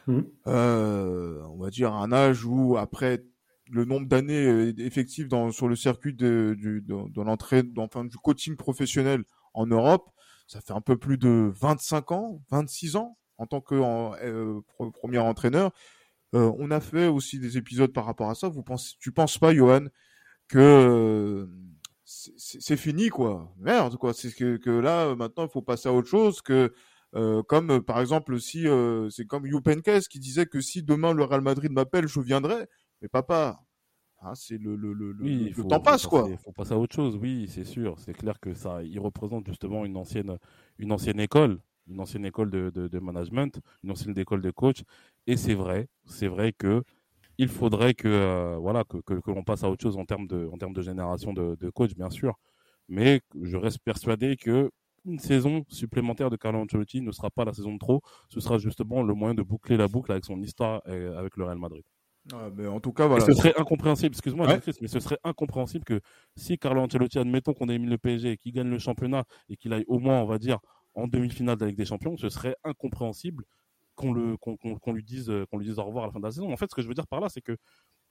On va dire un âge où, après le nombre d'années effectives sur le circuit de l'entrée, du coaching professionnel en Europe, ça fait un peu plus de 25 ans, 26 ans en tant que premier entraîneur. On a fait aussi des épisodes par rapport à ça. Tu penses pas, Johan, que c'est fini, quoi? Merde, quoi. C'est que là, maintenant, il faut passer à autre chose, comme par exemple, si c'est comme Jupp Heynckes qui disait que si demain le Real Madrid m'appelle, je viendrai. Mais papa, c'est le temps passe, quoi. Il faut passer à autre chose, oui, c'est sûr. C'est clair que il représente justement une ancienne école, de management, une ancienne école de coach. Et c'est vrai que il faudrait que l'on passe à autre chose en termes de génération de coach, bien sûr. Mais je reste persuadé que une saison supplémentaire de Carlo Ancelotti ne sera pas la saison de trop. Ce sera justement le moyen de boucler la boucle avec son histoire avec le Real Madrid. Mais en tout cas, voilà. Et ce serait incompréhensible, excuse-moi, mais ce serait incompréhensible que si Carlo Ancelotti, admettons qu'on élimine le PSG et qu'il gagne le championnat et qu'il aille au moins, on va dire, en demi-finale de la Ligue des Champions, ce serait incompréhensible qu'on lui dise au revoir à la fin de la saison. En fait, ce que je veux dire par là, c'est que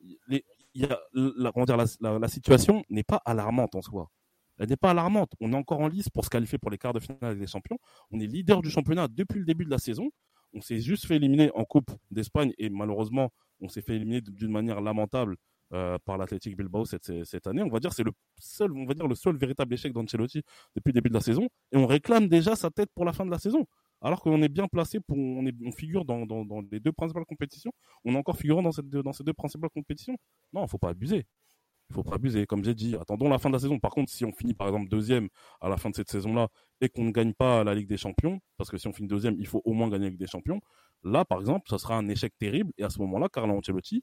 la situation n'est pas alarmante en soi. Elle n'est pas alarmante. On est encore en lice pour se qualifier pour les quarts de finale des champions. On est leader du championnat depuis le début de la saison. On s'est juste fait éliminer en Coupe d'Espagne et malheureusement, on s'est fait éliminer d'une manière lamentable par l'Athletic Bilbao cette année. On va dire c'est le seul véritable échec d'Ancelotti depuis le début de la saison. Et on réclame déjà sa tête pour la fin de la saison. Alors qu'on est bien placé, on figure dans les deux principales compétitions. On est encore figurant dans ces deux principales compétitions. Non, il ne faut pas abuser. Il ne faut pas abuser. Comme j'ai dit, attendons la fin de la saison. Par contre, si on finit par exemple deuxième à la fin de cette saison-là et qu'on ne gagne pas la Ligue des Champions, parce que si on finit deuxième, il faut au moins gagner la Ligue des Champions. Là, par exemple, ça sera un échec terrible. Et à ce moment-là, Carlo Ancelotti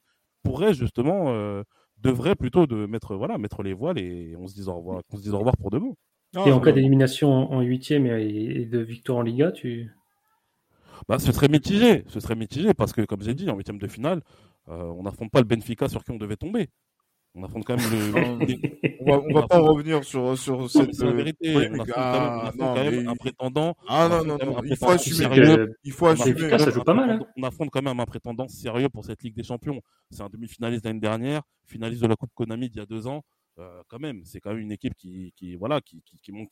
devrait plutôt mettre les voiles et on se dise au revoir pour de bon. Et en cas d'élimination en huitième et de victoire en Liga, ce serait mitigé. Ce serait mitigé parce que, comme j'ai dit, en huitième de finale, on n'affronte pas le Benfica sur qui on devait tomber. On affronte quand même on va pas revenir sur cette. C'est la vérité. On affronte quand même un prétendant. Non. Il faut assumer. Il faut assumer. Ça joue pas mal. On affronte quand même un prétendant sérieux pour cette Ligue des Champions. C'est un demi-finaliste l'année dernière, finaliste de la Coupe Konami d'il y a 2 ans. Quand même, c'est quand même une équipe qui montre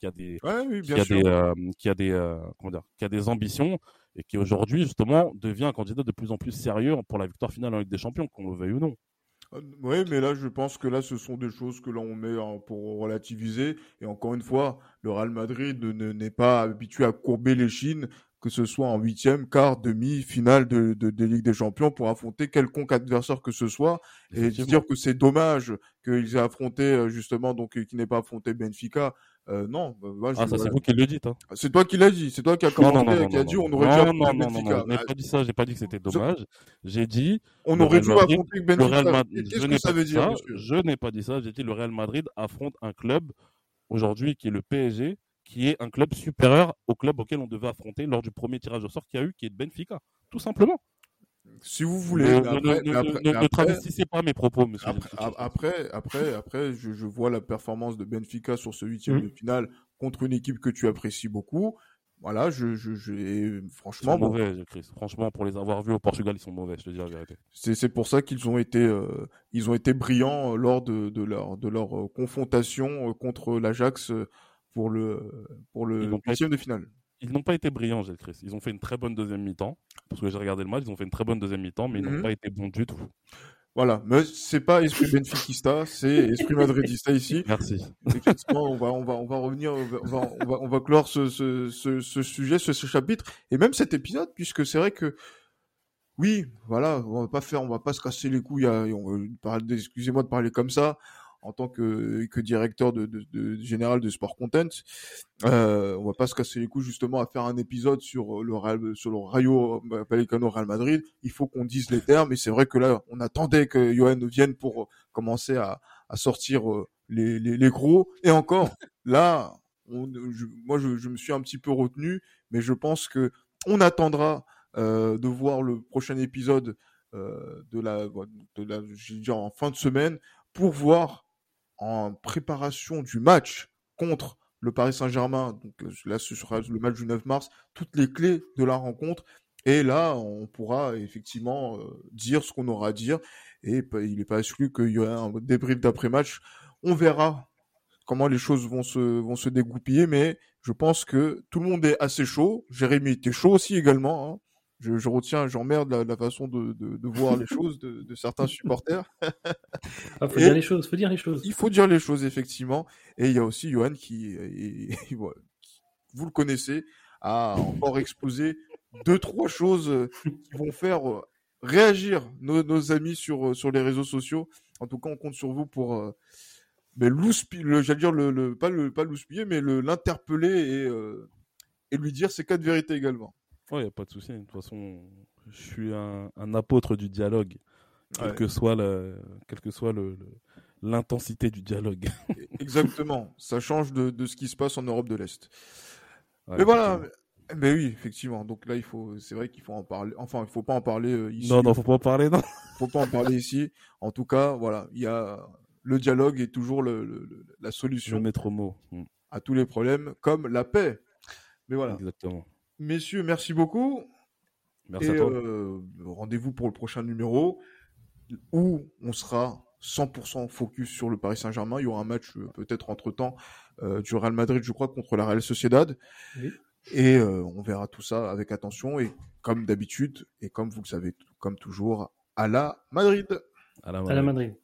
qu'il y a des ambitions et qui aujourd'hui justement devient un candidat de plus en plus sérieux pour la victoire finale en Ligue des Champions, qu'on le veuille ou non. Oui, mais là, je pense que là, ce sont des choses que là, on met pour relativiser. Et encore une fois, le Real Madrid n'est pas habitué à courber les chines, que ce soit en huitième, quart, demi, finale de Ligue des Champions pour affronter quelconque adversaire que ce soit. Et Effectivement. dire que c'est dommage qu'ils aient affronté, justement, donc, qu'ils n'aient pas affronté Benfica. Non, moi, Ah, ça, c'est vous qui le dites, hein. c'est toi qui l'as dit. C'est toi qui as Non, non, commenté, non, non, qui a non, dit non, on aurait dû non, affronter non, non, non, non, Benfica. je n'ai pas dit ça, j'ai pas dit que c'était dommage. J'ai dit, On le aurait Real dû Madrid, affronter le Real Benfica. Madrid, je Qu'est-ce que n'ai ça pas veut dit dire, ça, monsieur? je n'ai pas dit ça, j'ai dit le Real Madrid affronte un club aujourd'hui qui est le PSG, qui est un club supérieur au club auquel on devait affronter lors du premier tirage au sort qu'il y a eu, qui est de Benfica. Tout simplement. Si vous voulez, Ne travestissez pas mes propos, monsieur après, je vois la performance de Benfica sur ce huitième de Hum. finale contre une équipe que tu apprécies beaucoup. Voilà, et Ils franchement, sont bon, mauvais, Chris. Franchement, pour les avoir vus au Portugal, ils sont mauvais, je te dis la vérité. c'est pour ça ils ont été brillants lors de leur confrontation contre l'Ajax pour Ils le n'ont pas été, huitième de finale. ils n'ont pas été brillants, Chris. Ils ont fait une très bonne deuxième mi-temps. Parce que j'ai regardé le match, ils ont fait une très bonne deuxième mi-temps, mais ils n'ont Mhm. pas été bons du tout. Voilà, mais c'est pas esprit benfiquista, c'est esprit madridista ici. Merci. Effectivement, on va revenir, on va clore ce sujet, ce chapitre, et même cet épisode, puisque c'est vrai que, oui, voilà, on va pas se casser les couilles excusez-moi de parler comme ça, en tant que directeur général de Sport Content, on va pas se casser les couilles justement à faire un épisode sur le Rayo Vallecano Real Madrid. Il faut qu'on dise les termes, et c'est vrai que là, on attendait que Johan vienne pour commencer à sortir les gros. Et encore, là, je me suis un petit peu retenu, mais je pense que on attendra de voir le prochain épisode je veux dire en fin de semaine, pour voir en préparation du match contre le Paris Saint-Germain, donc là ce sera le match du 9 mars, toutes les clés de la rencontre, et là on pourra effectivement dire ce qu'on aura à dire, et il n'est pas exclu qu'il y aura un débrief d'après-match. On verra comment les choses vont se dégoupiller, mais je pense que tout le monde est assez chaud. Jérémy était chaud aussi également, hein. Je retiens, j'emmerde la façon de voir les choses de certains supporters. Ah, faut Et dire les choses, faut dire les choses. il faut dire les choses, effectivement. Et il y a aussi Johan voilà, vous le connaissez, a encore exposé deux, trois choses qui vont faire réagir nos amis sur les réseaux sociaux. En tout cas, on compte sur vous pour mais j'allais dire pas l'houspiller, mais l'interpeller et lui dire ses quatre vérités également. Ouais, y a pas de souci. De toute façon, je suis un apôtre du dialogue, quelle Ouais, que soit l'intensité du dialogue. exactement. Ça change de ce qui se passe en Europe de l'Est. Ouais, Mais voilà. effectivement. Mais oui, effectivement. Donc là, c'est vrai qu'il faut en parler. Enfin, il faut pas en parler ici. Non, non, faut pas en parler, non. Faut pas en parler ici. En tout cas, voilà, il y a le dialogue est toujours la Le solution maître mot. à tous les problèmes, comme la paix. Mais voilà. Exactement. Messieurs, merci beaucoup. Merci Et à toi. rendez-vous pour le prochain numéro où on sera 100% focus sur le Paris Saint-Germain. Il y aura un match peut-être entre-temps du Real Madrid, je crois, contre la Real Sociedad. Oui. Et on verra tout ça avec attention. Et comme d'habitude, et comme vous le savez, comme toujours, à la Madrid. À la À la Madrid. Madrid.